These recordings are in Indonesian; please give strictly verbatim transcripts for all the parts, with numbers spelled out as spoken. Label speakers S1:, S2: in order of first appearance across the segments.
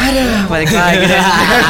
S1: Aduh, balik lagi deh.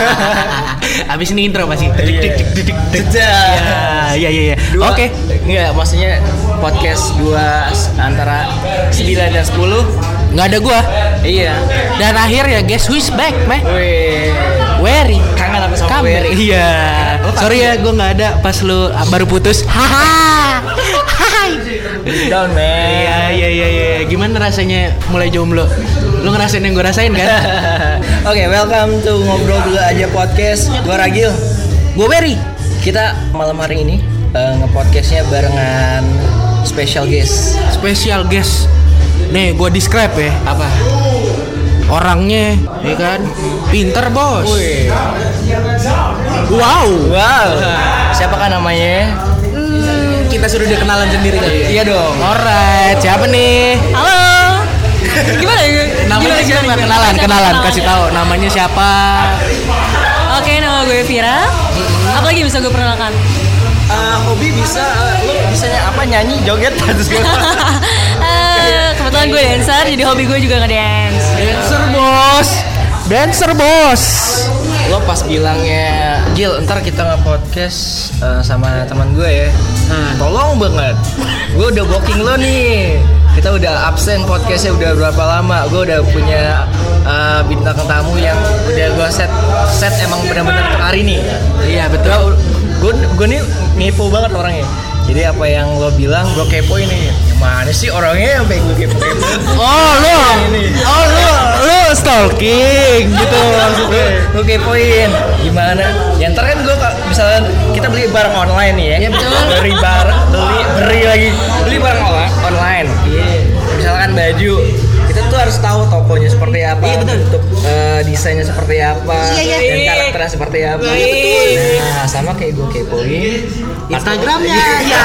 S2: Abis ini intro pasti. Dik dik dik dik dik.
S1: Ya,
S2: ya ya ya.
S1: Oke. Enggak, maksudnya podcast dua antara sembilan dan sepuluh
S2: nggak ada gua.
S1: Iya.
S2: Dan akhir ya guess who is back, meh.
S1: Wih.
S2: Wery.
S1: Kangen apa sama
S2: Kamu?
S1: Wery?
S2: Iya. Sorry ya, gua nggak ada pas lu baru putus. Haha. Hai.
S1: Down, man.
S2: Iya iya iya iya. Gimana rasanya mulai jomblo? Lu ngerasain yang gue rasain kan?
S1: Oke, okay, welcome to Ngobrol Dulu Aja Podcast. Gua Ragil.
S2: Gue Wery.
S1: Kita malam hari ini uh, nge-podcastnya barengan special guest.
S2: Special guest. Nih, gue describe ya.
S1: Apa?
S2: Orangnya, ya kan? Pinter, bos.
S1: Wih.
S2: Wow.
S1: Wow. Siapakah namanya?
S2: Hmm, kita suruh dia kenalan sendiri kali ya?
S1: Iya dong.
S2: Alright, siapa nih?
S3: Halo. Gimana ya?
S2: Namanya siapa? Kenalan, kenalan, kenalan. Kasih tahu namanya siapa?
S3: Oke, nama gue Vira. Apa lagi bisa gue perkenalkan?
S1: Uh, hobi bisa, uh, lu bisanya apa? Nyanyi, joget, atau segala.
S3: uh, kebetulan gue dancer, jadi hobi gue juga ngedance.
S2: Dancer, bos. Dancer, bos.
S1: Lo pas bilangnya, Gil, ntar kita nge-podcast uh, sama teman gue ya.
S2: Hmm.
S1: Tolong banget. Gue udah booking lo nih. Kita udah absen podcastnya udah berapa lama. Gue udah punya uh, bintang tamu yang udah gue set set emang benar-benar untuk hari ini.
S2: Iya betul.
S1: Gue gue nih nipu banget orangnya. Jadi apa yang lo bilang gue kepo ini. Yang mana sih orangnya sampai gue kepo-kepo?
S2: Oh lo, oh lo, lo stalking gitu maksudnya.
S1: Gue kepoin gimana? Ya ntar kan gue misalnya kita beli barang online nih ya.
S2: Iya betul.
S1: Beli barang, beli beli lagi, beli barang online. Iya. Misalkan baju, kita tuh harus tahu tokonya seperti apa,
S2: iya,
S1: bentuk uh, desainnya seperti apa,
S2: iya, iya.
S1: dan karakternya seperti apa.
S2: Iya, betul.
S1: Nah, sama kayak gue kepoin
S2: Instagramnya. Ya.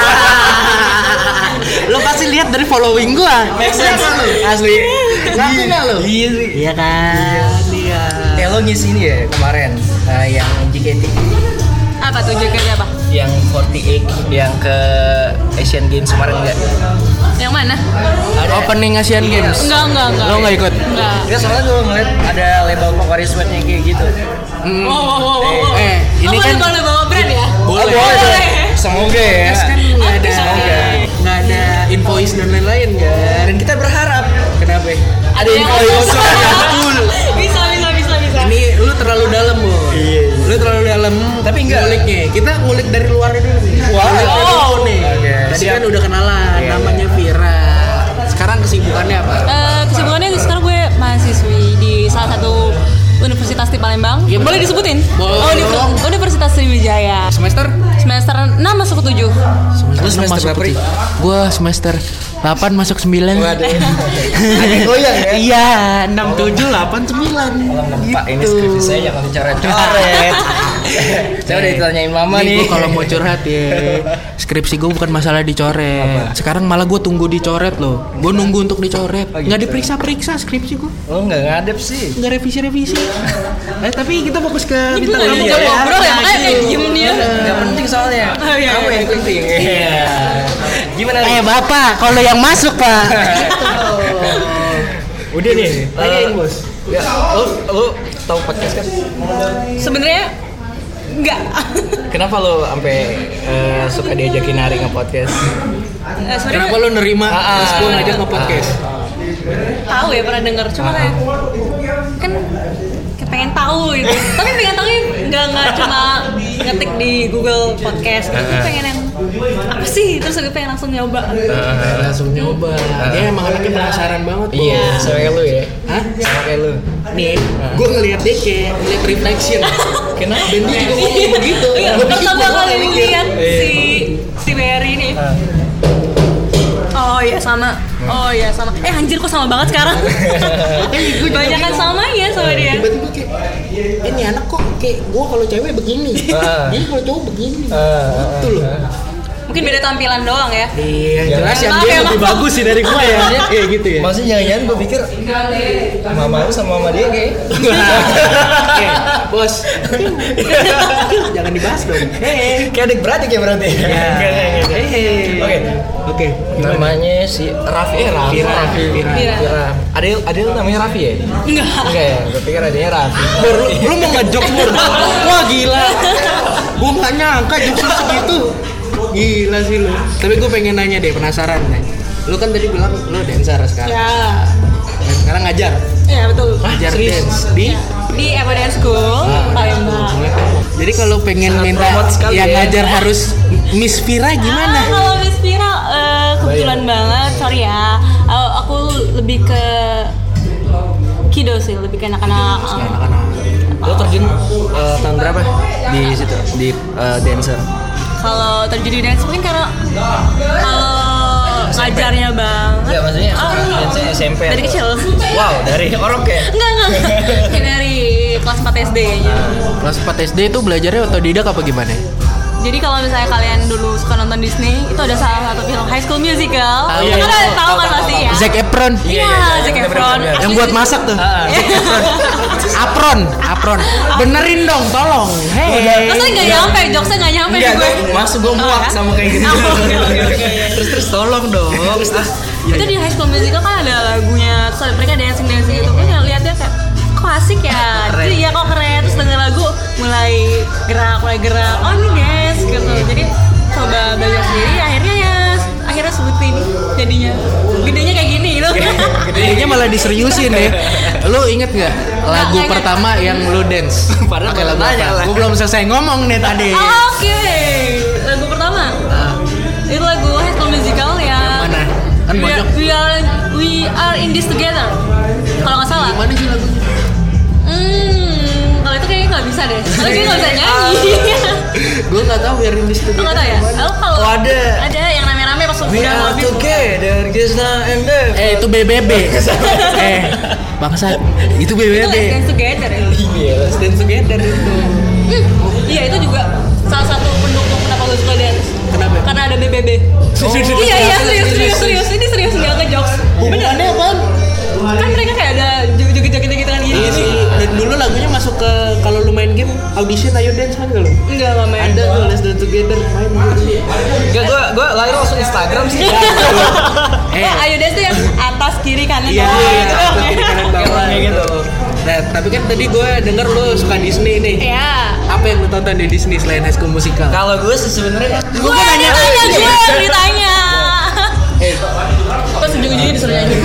S2: Lo pasti lihat dari following gua.
S1: Make sense. Asli.
S2: Ngerti nggak lo?
S1: Iya sih.
S2: Iya kan. Iya.
S1: Eh lo ngisi ini ya kemarin uh, yang J K T.
S3: Apa tuh jaketnya apa?
S1: Yang empat puluh delapan yang ke Asian Games kemarin enggak?
S3: Yang mana?
S1: Ada
S2: Opening Asian Games.
S3: Enggak, enggak, enggak.
S2: Lo nggak ikut?
S3: Enggak.
S1: Enggak, soalnya gue ngeliat ada label Pocari Sweat-nya kayak gitu.
S2: Hmm.
S3: Wow, wow, wow, wow.
S2: Eh, ini
S3: oh,
S2: kan
S3: boleh bawa brand ya?
S2: boleh.
S1: Oh, boleh dong. Semoga ya.
S2: Podcast kan nggak ada,
S1: Semoga.
S2: nggak ada invoice dan lain-lain kan.
S1: Dan kita berharap
S2: Kenapa?
S1: ada
S3: yang
S1: invoice.
S2: Betul.
S3: Bisa, bisa, bisa, bisa.
S2: Ini lu terlalu dalam, Bu.
S1: Iya.
S2: Lu terlalu dalam.
S1: Tapi enggak.
S2: Nguliknya. Kita ngulik dari luarnya dulu nih.
S1: Wow.
S2: Ngulik dari
S3: Oh.
S2: dulu nih.
S1: Oke,
S2: Tadi
S1: siap.
S2: kan udah kenalan,
S1: Iya,
S2: namanya Vira. Sekarang kesibukannya apa?
S3: Eh, kesibukannya sekarang gue mahasiswi di salah satu universitas di Palembang.
S2: Ya,
S3: boleh disebutin?
S2: boleh
S3: Oh, di
S2: dong.
S3: Universitas Sriwijaya.
S2: Semester?
S3: Semester enam masuk ke tujuh.
S1: Lu semester
S2: masuk
S1: berapa, Ri?
S2: tujuh. Gua semester delapan masuk sembilan.
S1: Waduh. Agak goyang ya.
S2: Iya, enam, tujuh, delapan, sembilan.
S1: Kalau Pak, ini skripsi saya jangan dicoret-coret. Saya udah ditanyain mama nih.
S2: Gue kalau mau curhat ya, skripsi gue bukan masalah dicoret.
S1: Apa?
S2: Sekarang malah gue tunggu dicoret loh. Gue nunggu untuk dicoret.
S1: Oh, gitu.
S2: Nggak diperiksa-periksa skripsi gue.
S1: Lo nggak ngadep sih.
S2: Nggak revisi-revisi. eh tapi kita fokus ke
S3: Ini
S2: bintang
S3: gue
S2: tamu
S3: lagi
S1: iya,
S3: jam
S1: iya.
S3: ngobrol ya, makanya kayak diem dia.
S1: Gak penting soalnya.
S3: Oh, iya,
S1: Kamu
S3: iya.
S1: yang penting. Iya. Gimana nih?
S2: Eh bapak, kalau yang masuk pak.
S1: Udah nih. Tanyain bos. Ya, lo lo tahu podcast kan?
S3: Sebenarnya enggak.
S1: Kenapa lo sampai uh, suka diajakin Ari nge-podcast?
S3: Eh, sebenarnya
S2: Kenapa lo nerima
S1: Ah, ah,
S2: terus gue ngajak
S1: ah,
S2: nge-podcast?
S3: tahu ya, pernah denger, cuma kayak kan kayak pengen tahu gitu. Tapi pengen tahu nggak nggak cuma ngetik di Google Podcast gitu. Tapi pengen yang apa sih? Terus gue pengen langsung nyoba.
S2: Eh, langsung nyoba. Dia emang anaknya penasaran banget. Bos.
S1: Iya, sama kayak lu ya.
S2: Hah?
S1: Sama kayak lu.
S2: Nih, gue ngeliat dia kayak ngeliat reflection.
S1: Kenapa?
S2: Dan dia juga ngomong begitu.
S3: Iya,
S2: Gua pikir
S3: pertama
S2: gua
S3: kali
S2: mikir.
S3: lihat si si Wery ini. Oh iya sama. Oh iya sama. Eh anjir kok sama banget sekarang. Banyakan samanya sama dia.
S2: Tiba-tiba kayak ini anak kok kayak gue kalau cewek begini,
S1: Ah.
S2: dia kalau cowok begini.
S1: Ah,
S2: Gitu loh.
S3: Mungkin beda tampilan doang ya.
S2: Iya, jelas yang
S3: Maaf
S2: dia
S3: ya,
S2: lebih
S3: maaf.
S2: bagus sih dari gue ya. Iya gitu ya.
S1: Maksudnya jangan-jangan gue pikir mama lu sama mama dia kayak
S2: Oke, bos. Jangan dibahas dong. Hei.
S1: kayak adik beradik ya berarti.
S2: Ya. Hei.
S1: Oke.
S2: Oke.
S1: Namanya si Raffi, eh Raffi,
S2: Vira,
S1: Raffi,
S2: Vira.
S3: Vira.
S1: Vira. Adil, Adil namanya Raffi ya?
S3: Enggak.
S1: Enggak ya, gue pikir adanya Raffi.
S2: Bur, lu, lu mau ngejok Bur? Wah gila. Gue nggak nyangka jokes lu segitu. Gila sih lu. Tapi gue pengen nanya deh, penasaran deh. Lu kan tadi bilang lu dancer sekarang.
S3: Ya.
S2: Dan sekarang ngajar.
S3: Iya betul.
S2: Ngajar
S1: serius?
S2: dance di
S3: Di Eva Dance School, Palembang.
S2: Jadi kalau pengen
S1: Sangat
S2: minta
S1: promote sekali
S2: yang
S1: ya.
S2: ngajar harus Miss Vira
S3: Ah,
S2: gimana?
S3: kalau Miss Vira eh, kebetulan banget, sorry ya. Eh, aku lebih ke kiddo sih, lebih ke anak-anak. eh,
S2: Anak-anak.
S1: Lo terjun eh, tahun berapa di situ di eh, dancer?
S3: Kalau terjun di dance mungkin karena kalau ngajarnya banget.
S1: Enggak, maksudnya
S3: Oh,
S1: dance S M P
S3: dari
S1: atau-
S3: kecil.
S1: Wow, dari orok ya?
S3: Enggak, enggak. Kayak dari kelas empat S D kayaknya.
S2: Kelas empat S D itu belajarnya otodidak apa gimana?
S3: Jadi kalau misalnya kalian dulu suka nonton Disney, itu ada salah satu film High School Musical.
S2: Ah,
S3: Itu
S2: iya,
S3: kan
S2: iya.
S3: ada tahu kan pasti ya.
S2: Zac Efron.
S3: Iya, Zac
S1: bener,
S3: Efron.
S1: bener, bener.
S2: Yang buat masak tuh.
S1: Ah,
S2: Apron, apron. Benerin dong, tolong. Hei.
S3: Terus nggak nyampe, jokesnya nggak nyampe
S1: Enggak,
S3: di gue.
S1: gue maksud gue muak
S3: Oh,
S1: sama kayak gitu. Terus terus tolong dong. Ah,
S3: Itu di High School Musical kan ada lagunya, terus ada- mereka dancing dancing gitu. Kan lihatnya kayak kok asik ya.
S1: Keren.
S3: Jadi ya kok keren. Terus denger lagu mulai gerak, mulai gerak. Oh ini dance gitu. Jadi coba belajar sendiri. Akhirnya ya, akhirnya sebutin jadinya. Gedenya kayak gini gitu.
S2: Kayaknya malah diseriusin ya. Lu inget nggak lagu
S3: nggak inget.
S2: pertama yang lu dance?
S1: Padahal
S2: Pakai lagu
S1: nanya
S2: apa?
S1: lah.
S2: Gue belum selesai ngomong nih tadi.
S3: Ah, Oke, lagu pertama. Itu lagu High School Musical yang
S2: Mana? Kan
S3: we, are,
S2: banyak.
S3: we are we are in this together. Kalau nggak salah.
S2: Gimana sih lagunya?
S3: Hmm, kalau itu kayaknya nggak bisa deh. Kalau dia nggak bisa nyanyi.
S2: Gue nggak tahu biar ini
S3: Lo nggak tahu ya? Lo kalau
S1: Oh, ada.
S3: ada yang rame-rame pas
S1: We
S3: udah
S1: are
S3: habis.
S1: together, Gisna and Dev.
S2: Eh itu B B B. eh bangsa itu B B
S3: Itu
S2: B.
S3: Let's Dance Together ya.
S1: Iya,
S2: Let's Dance Together itu.
S3: Hmm, iya itu juga salah satu pendukung kenapa gue suka dance.
S2: Kenapa?
S3: Karena ada B B B.
S2: Oh.
S3: Iya iya serius serius serius ini serius nggak ngejokes.
S2: Hubungannya apaan?
S3: Kan mereka kayak ada joget-joget gitu kan gini.
S2: Iya sih. Dan dulu lagunya masuk ke kalau lu main game audition ayo dance kan lu?
S3: Enggak nggak main.
S2: Ada tuh Let's Dance Together main gitu.
S1: Enggak, gue gue lahir langsung Instagram sih.
S3: Eh, ayo dance tuh yang atas kiri kanan
S2: Iya,
S3: bawah
S2: iya,
S3: gitu.
S2: atas, kiri, kanan, bawah
S1: Kayak gitu.
S2: Nah, tapi kan tadi gue denger lu suka Disney nih.
S3: Iya.
S2: Apa yang lu tonton di Disney selain High School Musical?
S1: Kalau gue sih sebenarnya
S3: Gue nanya gue ditanya. Terus ujung-ujungnya disuruh nyanyi.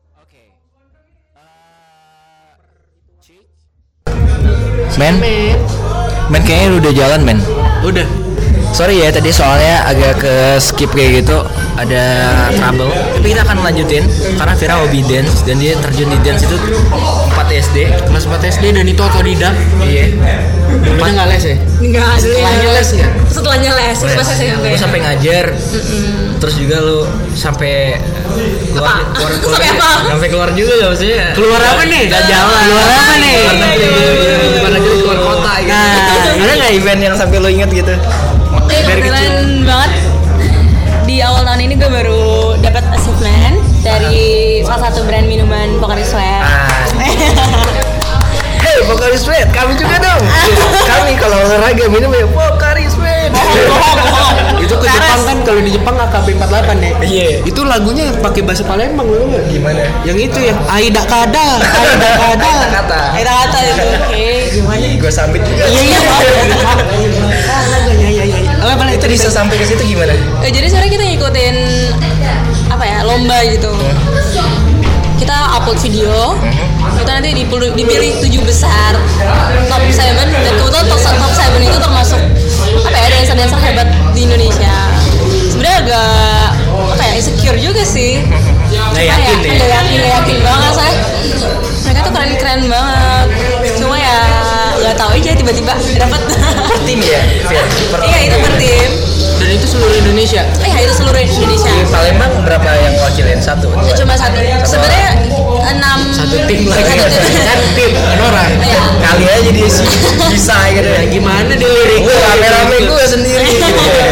S1: men, men kayaknya lu udah jalan men.
S2: Udah.
S1: Sorry ya tadi soalnya agak ke skip kayak gitu, ada trouble. Tapi kita akan lanjutin karena Vira hobi dance dan dia terjun di dance itu empat S D.
S2: Kelas empat S D dan itu otodidak.
S1: Iya.
S2: Dulunya nggak les ya?
S3: Enggak,
S2: Setelahnya les nggak?
S3: Setelahnya les, pas S M P.
S1: Gue sampai ngajar. Terus juga lu sampai keluar
S3: Apa?
S1: keluar, keluar
S3: Sampai apa?
S1: sampai keluar juga ya maksudnya.
S2: Keluar apa nih?
S1: Jalan.
S2: Keluar apa nih?
S1: Keluar negeri, keluar negeri, keluar kota gitu.
S2: Nah.
S1: Ada nggak event yang sampai lu inget gitu?
S3: Jadi kebetulan banget di awal tahun ini gue baru dapat achievement dari salah satu brand minuman Pocari Sweat.
S1: Ah. Hey, Pocari Sweat, kami juga dong. Kami kalau olahraga minum ya Pocari Sweat.
S2: Itu ke Jepang kan, kalau di Jepang A K B empat delapan ya.
S1: Iya.
S2: Itu lagunya pakai bahasa Palembang lu nggak?
S1: Gimana?
S2: Yang itu yang Aida Kada, Aida Kada.
S1: Kata.
S3: Kita kata itu, oke.
S1: Gimana? Gue sambit juga.
S2: Iya iya. Iya iya iya. Apa apa
S1: Itu bisa sampai ke situ gimana?
S3: Eh, jadi sekarang kita ngikutin apa ya lomba gitu. Kita upload video, kita nanti dipilih, dipilih tujuh besar top tujuh dan kebetulan top, top tujuh itu termasuk apa ya dancer-dancer hebat di Indonesia. Sebenarnya agak apa ya insecure juga sih.
S2: Nggak yakin
S3: ya,
S2: ya?
S3: nggak yakin, nggak yakin banget saya. Mereka tuh keren-keren banget. Cuma ya nggak tahu aja tiba-tiba dapat.
S1: Per tim ya? Per
S3: Iya itu per tim.
S2: Dan itu seluruh Indonesia.
S3: Eh ya itu seluruh Indonesia.
S1: Di Palembang berapa yang wakilin? Satu? dua?
S3: Cuma satu. Sebenarnya enam.
S2: Satu tim lagi.
S3: Satu tim.
S2: Kan tim, kan orang.
S3: Iya.
S1: Kali aja dia sih bisa gitu.
S2: Ya gimana dia lirik?
S1: Gue rame-rame gue sendiri.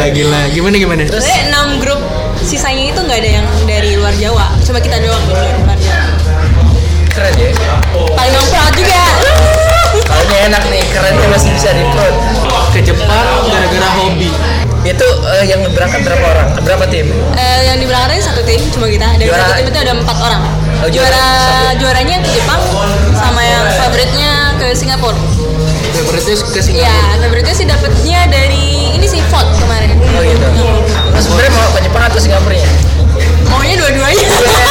S2: gila. Gimana gimana?
S3: Terus enam grup sisanya itu nggak ada yang dari luar Jawa, cuma kita doang dari luar Jawa.
S1: Keren ya.
S3: Paling proud juga.
S1: Kalau ini enak nih, kerennya masih bisa di prod.
S2: Ke Jepang gara-gara hobi.
S1: Itu uh, yang berangkat berapa orang? Berapa tim?
S3: Eh, yang diberangkatin satu tim cuma kita. Dari
S1: Juara-
S3: satu tim itu ada empat orang.
S1: Oh, juara
S3: Juara
S1: satu.
S3: juaranya ke Jepang sama yang favoritnya ke Singapura.
S2: Favoritnya ke Singapura.
S3: Iya, favoritnya sih dapetnya dari ini sih vote kemarin.
S1: Oh gitu. Nah, sebenarnya mau ke Jepang atau Singapura ya?
S3: Maunya dua-duanya.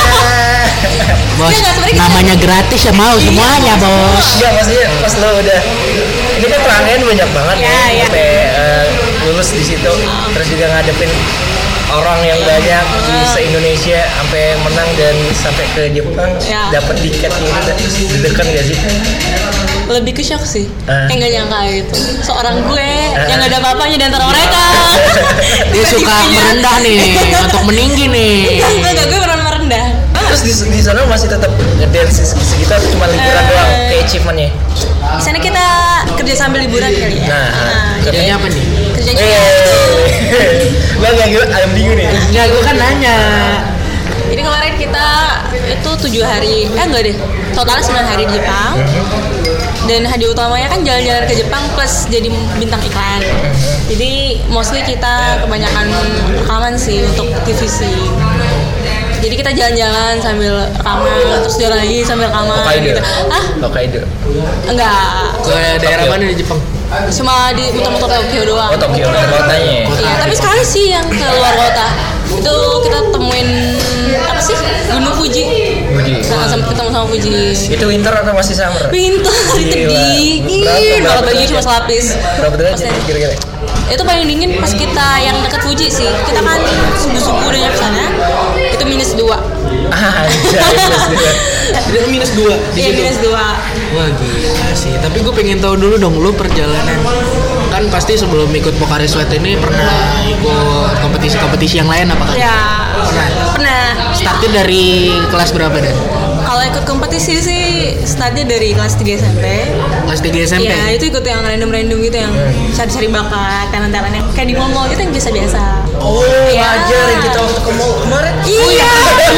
S2: Bos,
S3: Iya, nggak, sebenarnya kita-
S2: namanya gratis ya mau semuanya, Bos.
S1: Enggak, maksudnya pas lo udah ini kan pelanggan banyak banget
S3: Iya,
S1: ya,
S3: iya.
S1: sampai uh, lulus di situ, terus juga ngadepin orang yang banyak di se-Indonesia sampai menang dan sampai ke Jepang
S3: Iya.
S1: dapat tiket gitu, deg-degan gak sih?
S3: Lebih ke shock sih.
S1: Ah.
S3: Kayak nggak nyangka gitu. Seorang gue
S1: Ah.
S3: yang nggak ada apa-apanya di antara mereka.
S2: Dia suka
S3: Tiba-tibanya.
S2: merendah nih, untuk meninggi nih.
S3: Enggak, enggak, enggak, gue pernah merendah.
S1: Terus di, di sana masih tetap ngedance segitu atau cuma liburan
S3: Eh.
S1: doang kayak achievementnya?
S3: Di sana kita kerja sambil liburan kali ya.
S1: Nah,
S2: Kerjanya apa nih?
S3: kerjanya
S1: Eh,
S3: ya itu.
S1: Bang gak gue ayam bingung nih.
S2: Enggak, gua kan nanya.
S3: Jadi kemarin kita itu tujuh hari, eh enggak deh, totalnya sembilan hari di Jepang. Dan hadiah utamanya kan jalan-jalan ke Jepang plus jadi bintang iklan. Jadi mostly kita kebanyakan rekaman sih untuk T V C. Jadi kita jalan-jalan sambil rekaman, terus jalan lagi sambil rekaman
S1: Hokkaido.
S3: gitu. Ah,
S1: Hokkaido.
S3: enggak.
S2: Ke daerah
S1: Tokyo.
S2: mana di Jepang?
S3: Cuma di muter-muter Tokyo doang.
S1: Oh Tokyo, kotanya.
S3: Iya, tapi sekali sih yang ke luar kota. Itu kita temuin apa sih? Gunung Fuji.
S1: Fuji.
S3: Nah, sempat ketemu sama Fuji.
S1: Itu winter atau masih summer?
S3: Pintu itu
S1: Gila.
S3: dingin
S1: Berapa-
S3: banget,
S1: berapa
S3: baju cuma
S1: derajat?
S3: selapis.
S1: Berapa derajat
S3: Pas-
S1: kira-kira?
S3: Itu paling dingin pas kita yang dekat Fuji sih. Kita kan subuh-subuh udah nyampe sana. Itu minus dua.
S1: Ah, anjay, plus dua.
S2: Dia minus dua di
S3: Iya
S2: situ.
S3: minus dua.
S2: Wah gila sih. Tapi gue pengen tahu dulu dong lu perjalanan. Kan pasti sebelum ikut Pocari Sweat ini pernah ikut kompetisi-kompetisi yang lain apa kan?
S3: Ya. Pernah.
S2: Startnya dari kelas berapa dan?
S3: Kalau ikut kompetisi sih startnya dari kelas tiga S M P.
S2: Kelas tiga S M P.
S3: Iya, itu ikut yang random-random gitu yang cari-cari bakat, talent-talent yang kayak di mall-mall gitu yang biasa-biasa.
S1: Oh,
S3: Iya.
S1: wajar yang kita waktu ke mall kemarin.
S3: Iya.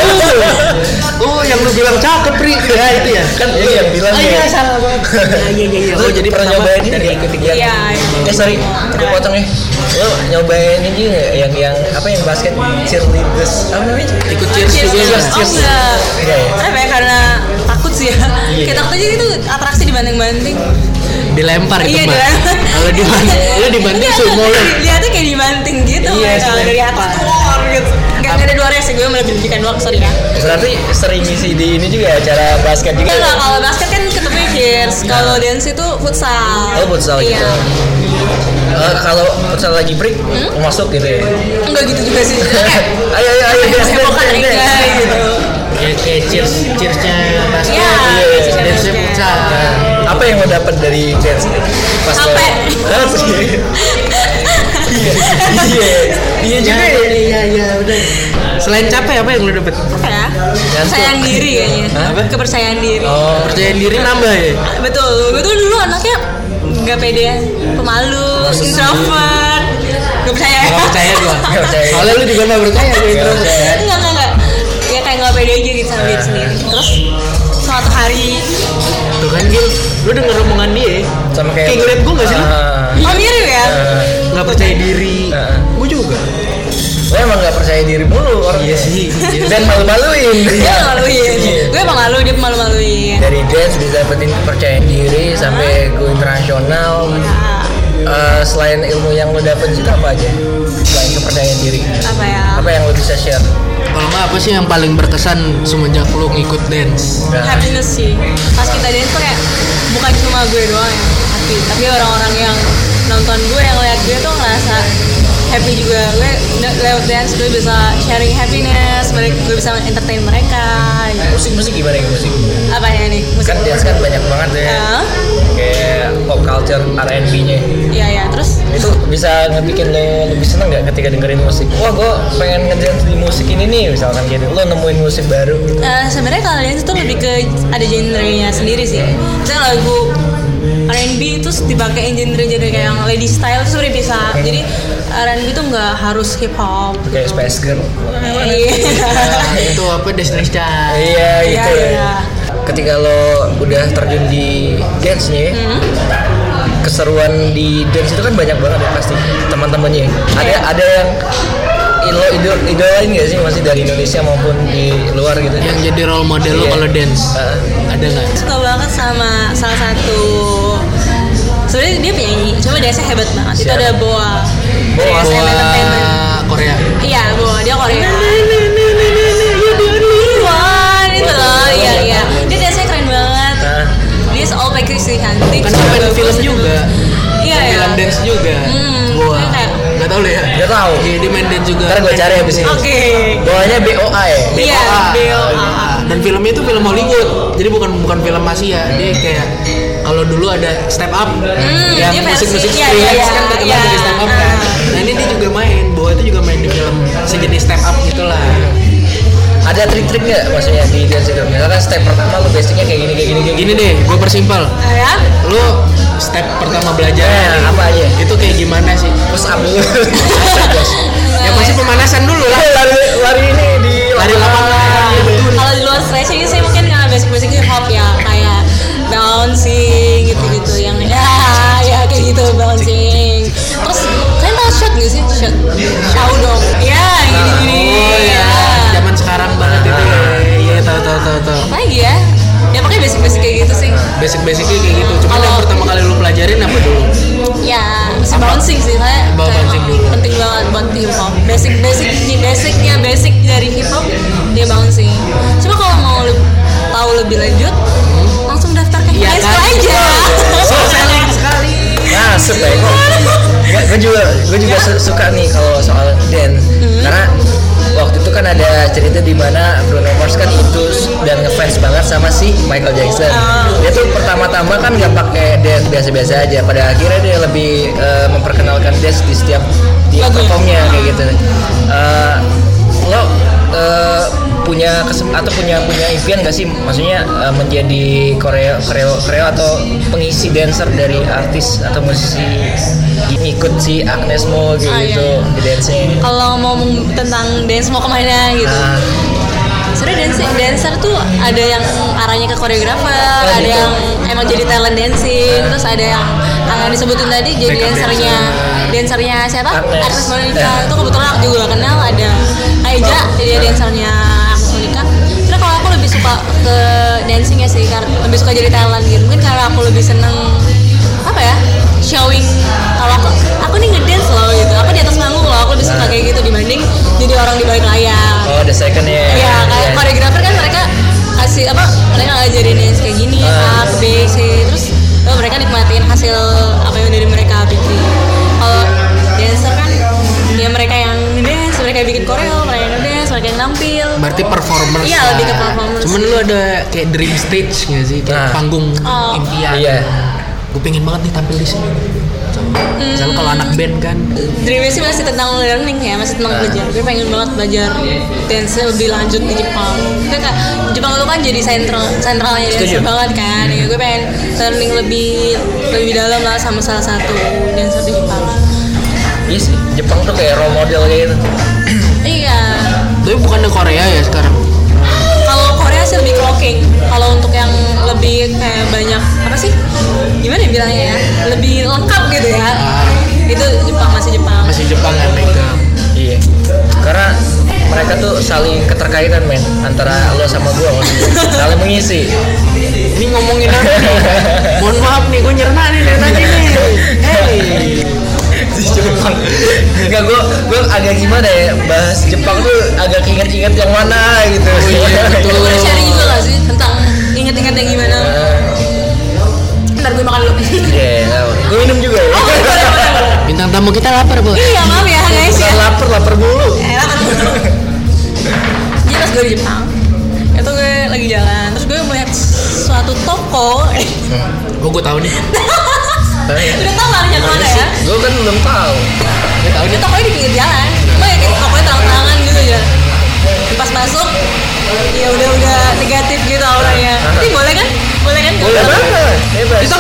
S2: Oh, yang lu bilang cakep, Pri. Ya itu ya.
S1: Kan dia yang bilang
S2: Oh
S1: ya.
S2: iya, salah banget. Iya iya iya.
S1: Lu
S2: Oh, jadi
S1: pernah
S2: pertama
S1: nyobain dari ikut kegiatan?
S3: Iya.
S1: Eh sorry, gue potong ya. Lu nyobain ini juga nggak? yang yang apa yang basket cheerleaders? Apa namanya?
S2: ikut cheers
S3: Cheers,
S2: juga.
S3: cheers.
S2: ya?
S3: Oh enggak.
S1: Iya, iya.
S3: Kenapa ya? Karena takut sih ya.
S1: Iya.
S3: Kayak takut aja itu atraksi dibanting-banting.
S2: Dilempar itu,
S3: Iya,
S2: Mbak.
S3: dibanting.
S2: Kalau dibanting, lu dibanting semua lu.
S3: Lihatnya kayak dibanting gitu.
S1: Iya,
S3: Kalau
S1: sih,
S3: dari atas keluar gitu. Enggak ada dua sih, gue malah pendidikan doang, sorry ya.
S1: Berarti sering ngisi di ini juga acara basket juga.
S3: Enggak, kalau basket kan ketemu cheers. Kalau dance itu futsal.
S1: Oh, futsal
S3: Iya.
S1: gitu. Eh, kalau futsal lagi break
S3: Hmm?
S1: masuk gitu ya.
S3: Enggak gitu juga sih.
S1: Ayo ayo ayo dance
S3: Saya bukan
S1: dance,
S3: Rika
S1: dance.
S3: gitu.
S2: Ya kayak cheers cheersnya basket.
S3: Iya, cheersnya
S2: Dance
S3: basket.
S2: futsal.
S1: Nah, apa yang lo dapat dari dance pas lo?
S3: Capek.
S1: Ah, sih. Iya, iya, iya juga
S2: Ya,
S1: ya.
S2: iya iya udah. Selain capek apa yang lu dapet?
S3: Apa ya?
S1: Ngantuk.
S3: Kepercayaan diri kayaknya.
S2: Apa?
S3: Kepercayaan diri.
S1: Oh,
S2: Percaya diri nambah ya.
S3: Betul, gue tuh dulu anaknya nggak pede, pemalu, introvert, nggak percaya.
S2: Gak percaya gua.
S1: Nggak percaya.
S2: Soalnya lu juga gak percaya gue
S1: Nggak
S2: introvert
S1: percaya.
S2: kan.
S3: Enggak, enggak, enggak. Ya kayak nggak pede aja gitu sama diri sendiri. Terus suatu hari,
S2: Tuh kan Gil, lu denger omongan dia.
S1: sama kayak
S2: Kayak ngeliat gua gak sih lu?
S1: Ah,
S3: oh mirip ya?
S1: ah.
S2: Gak percaya diri.
S1: Heeh.
S2: Gua juga.
S1: Lo emang gak percaya diri mulu orang.
S2: Iya sih.
S1: Dan malu-maluin.
S3: Dia maluin.
S1: Iya.
S3: Gue emang malu, dia malu-maluin.
S1: Dari dance bisa dapetin kepercayaan diri sampai go internasional.
S3: Nah,
S1: Eh, selain ilmu yang lo dapet itu apa aja? Selain kepercayaan diri,
S3: apa ya?
S1: apa yang lo bisa share?
S2: Kalau nggak apa sih yang paling berkesan semenjak lu ngikut dance?
S1: Nah,
S3: Happiness sih. Pas kita dance tuh kayak bukan cuma gue doang yang happy, tapi orang-orang yang nonton gue, yang lihat gue tuh ngerasa happy juga. Gue le- lewat dance gue bisa sharing happiness, mereka gue bisa entertain mereka. Gitu.
S1: musik-musik gimana ya musik?
S3: Apa ya nih? Musik.
S1: Kan dance kan banyak banget ya.
S3: Ah,
S1: Kayak pop culture R and B-nya.
S3: Iya ya. Terus
S1: Itu bisa ngebikin lo lebih seneng gak ketika dengerin musik? Wah, gue pengen ngedance di musik ini nih, misalkan gitu. Lo nemuin musik baru.
S3: eh, sebenarnya kalau dance tuh lebih ke ada genre-nya sendiri sih. Misalnya lagu R and B terus dipakein genre-genre kayak yang lady style terus udah bisa. Jadi R and B tuh nggak harus hip hop.
S1: Kayak Spice Girl.
S2: Nah, itu apa Destiny's Child.
S1: Iya
S3: Iya,
S1: itu.
S3: iya.
S1: Ketika lo udah terjun di dance nih,
S3: Hmm.
S1: keseruan di dance itu kan banyak banget ya pasti teman-temannya. Ada
S3: Iya.
S1: ada yang lo idol idolain nggak sih masih dari Indonesia maupun di luar gitu?
S2: Yang jadi role model lo
S1: Iya.
S2: kalau dance.
S1: Uh,
S2: Ada nggak?
S3: Suka banget sama salah satu sebenarnya dia penyanyi, cuma dance-nya hebat banget. Itu
S1: Siapa?
S3: ada Boa.
S1: Boa.
S3: Dari S M
S2: Boa
S3: Entertainment.
S2: Korea.
S3: Iya, Boa, dia Korea. One, itu loh, iya iya. Dia dance-nya keren banget.
S1: nah,
S3: Dia all package sih cantik.
S2: Kan dia main film juga.
S3: Iya ya.
S2: Film dance juga.
S3: Hmm,
S2: Boa.
S3: dia kayak-
S2: Nggak tahu lo ya?
S1: nggak tahu.
S2: Iya, dia main dance juga.
S1: Ntar gue cari abis ini.
S3: Oke.
S1: Bawahnya B O A ya.
S3: Iya, B O A.
S2: Dan filmnya itu film Hollywood. Jadi bukan bukan film Asia. Dia kayak kalau dulu ada Step Up yang
S3: dia versi-
S2: musik-musik
S3: iya,
S2: Skrillex
S3: iya,
S2: kan terkenal
S3: iya.
S2: dari Step Up kan. Nah, ini dia juga main. Boa itu juga main di film sejenis Step Up gitulah.
S1: Ada trik-trik nggak maksudnya di dance itu? Misalkan step pertama lo basicnya kayak gini kayak gini kayak gini.
S2: Gini deh, gue persimpel.
S3: Ah, ya?
S2: Lu step pertama belajar
S1: Eh, apa aja?
S2: itu kayak gimana sih?
S1: Push up dulu.
S2: Ya pasti pemanasan dulu lah.
S1: lari lari ini di
S2: Lari lapangan.
S3: Kalau di luar stretching sih mungkin nggak basic-basic hip hop ya, kayak bouncing gitu-gitu yang ya ya kayak gitu bouncing. Terus kalian tahu shot nggak sih shot? Tahu dong. Ya gini-gini.
S2: Oh ya, zaman sekarang banget itu ya. Iya, tahu tahu tahu tahu.
S3: Apa lagi ya? Ya pakai basic-basic kayak gitu sih.
S2: Basic-basicnya kayak gitu. Cuma yang
S3: Kalau-
S2: pertama kali lu pelajarin apa dulu?
S3: Ya, si bouncing sih saya.
S2: Bawa
S3: kayak
S2: bouncing dulu.
S3: Penting banget buat hip hop. Basic basic basicnya basic dari hip hop dia bouncing. Cuma kalau mau le- tahu lebih lanjut, langsung daftar ke
S2: Iya
S3: high
S2: kan?
S3: school aja.
S2: So selling sekali.
S1: Nah, supaya gue juga gue juga su- suka nih kalau soal dance karena waktu itu kan ada cerita di mana Bruno Mars kan itu dan ngefans banget sama si Michael Jackson. Dia tuh pertama-tama kan nggak pakai dance biasa-biasa aja. Pada akhirnya dia lebih eh, memperkenalkan dance di setiap di
S3: Lagu ya?
S1: performnya kayak gitu. Eh, lo eh, punya kesem atau punya punya impian gak sih maksudnya eh, menjadi koreo koreo koreo atau pengisi dancer dari artis atau musisi ngikut si Agnes Mo gitu,
S3: Ah, iya,
S1: gitu
S3: iya.
S1: di dance-nya.
S3: Kalau mau ngomong tentang dance mau kemana gitu.
S1: Nah,
S3: Sebenarnya dancer, dancer tuh ada yang arahnya ke koreografer,
S1: Oh,
S3: ada
S1: gitu.
S3: yang emang jadi talent dancing, terus ada yang yang disebutin tadi jadi
S2: Backup
S3: dancernya, dancernya siapa?
S1: Agnes.
S3: Agnes Monica.
S1: Eh.
S3: Itu kebetulan aku juga kenal ada Aija, dia dancernya Agnes Monica. Terus kalau aku lebih suka ke dancingnya sih, karena lebih suka jadi talent gitu. Mungkin karena aku lebih seneng apa ya? Showing kalau aku aku nih ngedance loh gitu. Aku di atas panggung loh, aku lebih suka
S1: Nah.
S3: kayak gitu dibanding jadi orang di balik layar.
S1: oh the second ya.
S3: Iya, kayak
S1: Iya.
S3: koreografer kan mereka kasih apa? Mereka ngajarin dance kayak gini,
S1: Ah.
S3: A, B, C, terus oh, mereka nikmatin hasil apa yang dari mereka bikin. Kalau dancer kan ya mereka yang dance, mereka yang bikin koreo, mereka yang dance, mereka yang nampil.
S2: Berarti performance.
S3: Iya,
S2: lah.
S3: lebih ke performance.
S2: Cuman lu ada kayak dream stage nggak sih? Kayak
S1: Nah.
S2: panggung
S3: Oh.
S2: impian.
S1: Iya.
S2: Gue pengen banget nih tampil di sini. Misalnya kalau anak band kan.
S3: Dreamnya sih masih tentang learning ya, masih tentang belajar. Gue pengen banget belajar dance lebih lanjut di Jepang. Kan kak, Jepang itu kan jadi sentral sentralnya dance
S1: Setuju.
S3: banget kan. Ya, gue pengen learning lebih lebih dalam lah sama salah satu dancer di Jepang.
S1: Iya sih, Jepang tuh kayak role model gitu.
S3: Iya.
S2: Tapi bukan di Korea ya sekarang.
S3: Kalau Korea sih lebih clocking. Kalau untuk yang lebih kayak banyak apa sih? Gimana ya bilangnya ya? Lebih lengkap gitu ya. Itu Jepang masih Jepang.
S2: Masih Jepang yang megang.
S1: Iya. Karena mereka tuh saling keterkaitan men antara lo sama gua maksudnya. Saling mengisi.
S2: Ini ngomongin apa nih? Mohon maaf nih, gue nyerna nih dari tadi nih. Hey.
S1: Di Jepang. Enggak, gua gua agak gimana ya bahas Jepang tuh agak ingat-ingat yang mana gitu.
S2: iya, betul.
S3: Gue udah sharing juga gak sih tentang inget-inget yang gimana? Ntar gue makan dulu.
S1: Iya, gua minum juga ya.
S3: Oh, boleh, boleh, boleh.
S2: Bintang tamu kita lapar, Bu.
S3: Iya, maaf ya guys ya.
S1: Bukan lapar, lapar mulu.
S3: Eh, lapar dulu. Jadi pas gue di Jepang, itu gue lagi jalan, terus gue melihat suatu toko.
S2: Oh, gue tahu nih.
S3: Udah tau larinya kemana ya?
S1: Gua kan belum tahu.
S2: Gue tahu
S3: Itu
S2: nih.
S3: tokonya di pinggir jalan. Cuma ya kayak tokonya terang-terangan gitu ya. Pas masuk, ya udah udah negatif gitu auranya. Tapi boleh kan? Boleh kan?
S1: Boleh banget. Bebas.
S2: Kita ngomong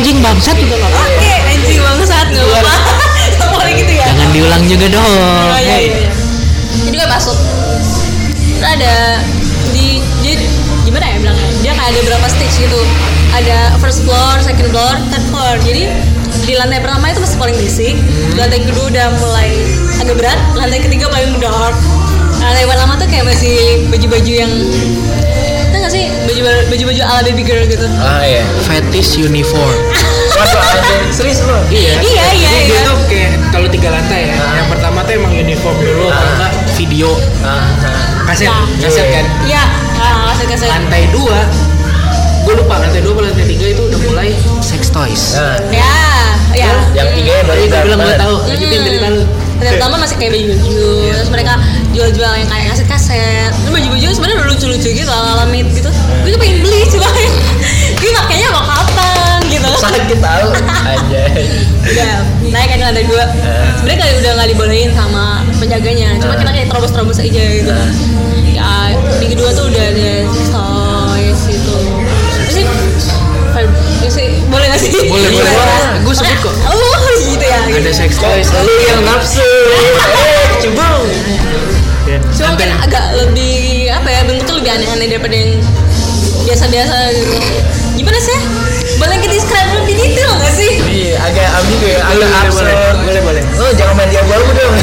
S2: anjing bangsat udah nggak apa-apa.
S3: Oke, anjing bangsat nggak apa-apa. Nggak boleh gitu ya.
S2: Jangan diulang juga dong.
S3: Oh, iya,
S2: Hey.
S3: iya, iya. Jadi gue masuk. Terus ada di dia gimana ya bilangnya? Dia kayak ada berapa stage gitu. Ada first floor, second floor, third floor. Jadi di lantai pertama itu masih paling basic.
S2: Hmm.
S3: Lantai kedua udah mulai agak berat. Lantai ketiga paling dark. Lantai pertama tuh kayak masih baju-baju yang tau gak sih baju baju-baju ala baby girl gitu.
S1: Ah iya.
S2: Fetish uniform.
S1: Waduh, anjing. Serius lo?
S2: Iya.
S3: Iya iya
S2: Jadi dia
S3: iya.
S2: tuh kayak kalau tiga lantai ya.
S1: Ah.
S2: Yang pertama tuh emang uniform dulu,
S1: Ah.
S2: kalau enggak video
S1: Ah, ah.
S2: kaset,
S3: Ya.
S2: kaset kan.
S3: Iya, ah, kasih-kasih.
S2: Lantai dua, gue lupa lantai dua atau lantai tiga itu udah mulai sex toys.
S1: Nah,
S3: Ya, ya.
S1: yang tiga ya baru
S2: Tadi gue
S1: dark
S2: bilang gue
S1: banget.
S2: tahu, lanjutin cerita lu.
S3: Yang pertama masih kayak baju-baju, terus mereka jual-jual yang kayak kaset-kaset. Terus baju-baju sebenarnya udah lucu-lucu gitu, ala-ala mid gitu. Gue tuh pengen beli cuma gue makanya mau kapan gitu.
S1: Sakit tahu. Anjay.
S3: Udah naik kan ke lantai dua. Sebenarnya kayak udah nggak dibolehin sama penjaganya, cuma kita kayak terobos-terobos aja gitu. Ya di kedua tuh udah ada toys gitu. Terus sih, ya sih boleh nggak sih?
S2: Boleh, boleh.
S3: Boleh.
S2: Gue sebut kok.
S3: Oh gitu ya.
S2: Ada sex toys.
S1: Lu yang nafsu. Eh, cubung.
S2: Ya.
S3: Cuma
S2: Lantai-
S3: kan agak lebih apa ya bentuknya lebih aneh-aneh daripada yang biasa-biasa gitu. Gimana sih? Boleh kita describe lebih detail nggak sih?
S1: Iya, agak ambigu ya, agak
S2: Boleh, boleh,
S1: absurd.
S2: boleh. Boleh, boleh.
S1: Oh, jangan main diabu abu dong.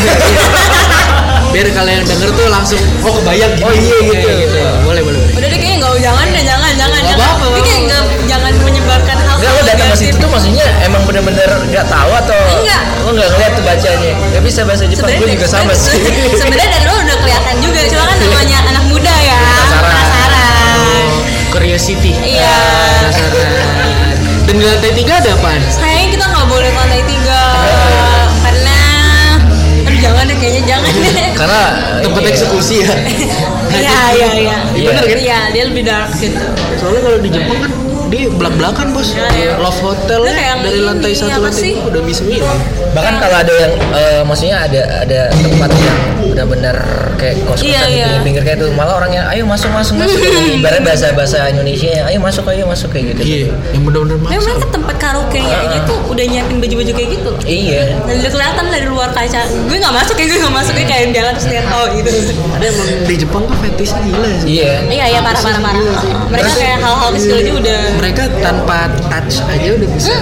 S2: Biar kalau yang denger tuh langsung oh kebayang gitu.
S1: Oh, iya, gitu.
S2: Kayak gitu. Boleh, boleh, boleh.
S3: Udah deh kayaknya nggak jangan deh jangan jangan
S2: Nggak
S3: jangan.
S2: apa-apa,
S3: Tapi kayak
S2: nggak
S3: nggak jangan menyebarkan hal.
S1: Enggak, lo datang ke situ tuh maksudnya emang bener-bener nggak tahu atau
S3: Enggak.
S1: lo nggak ngeliat tuh bacanya? Gak bisa bahasa Jepang, gue juga sama sih.
S3: Sebenarnya dari lo udah kelihatan juga, cuma kan namanya anak muda ya.
S1: Penasaran.
S3: Penasaran.
S2: Curiosity.
S3: Iya.
S2: Penasaran. Dan di lantai tiga ada apaan?
S3: Sayang kita nggak boleh ke lantai tiga karena aduh jangan deh kayaknya jangan deh.
S1: Karena
S2: Tempat
S1: iya.
S2: eksekusi ya.
S3: Iya iya iya.
S1: Iya.
S2: Bener kan?
S3: Iya dia lebih dark gitu.
S2: Soalnya kalau di Jepang kan dia belak-belakan bos.
S3: Iya, iya.
S2: Love Hotel
S3: Itu kayak yang
S2: dari
S3: ini,
S2: lantai satu
S3: apa
S2: lantai
S3: sih?
S2: dua udah bisa milih.
S1: Bahkan kalau ada yang eh, maksudnya ada ada tempat yang benar-benar kayak kos-kosan
S3: Iya,
S1: di
S3: iya.
S1: pinggir-pinggir kayak itu malah orangnya ayo masuk masuk masuk ibarat bahasa bahasa Indonesia ya ayo masuk ayo masuk kayak gitu.
S2: Iya, yang benar-benar
S3: Memang
S2: masuk.
S3: mereka tempat karaoke-nya aja tuh udah nyiapin baju-baju kayak gitu.
S1: Iya.
S3: Dan udah kelihatan dari luar kaca. Gue nggak masuk ya gue nggak masuk kayak kayak jalan terus lihat oh gitu.
S2: Ada emang di Jepang tuh fetishnya gila sih.
S1: Iya.
S3: Iya iya parah parah parah. Mereka kayak hal-hal kecil aja udah.
S2: Mereka tanpa touch aja udah bisa.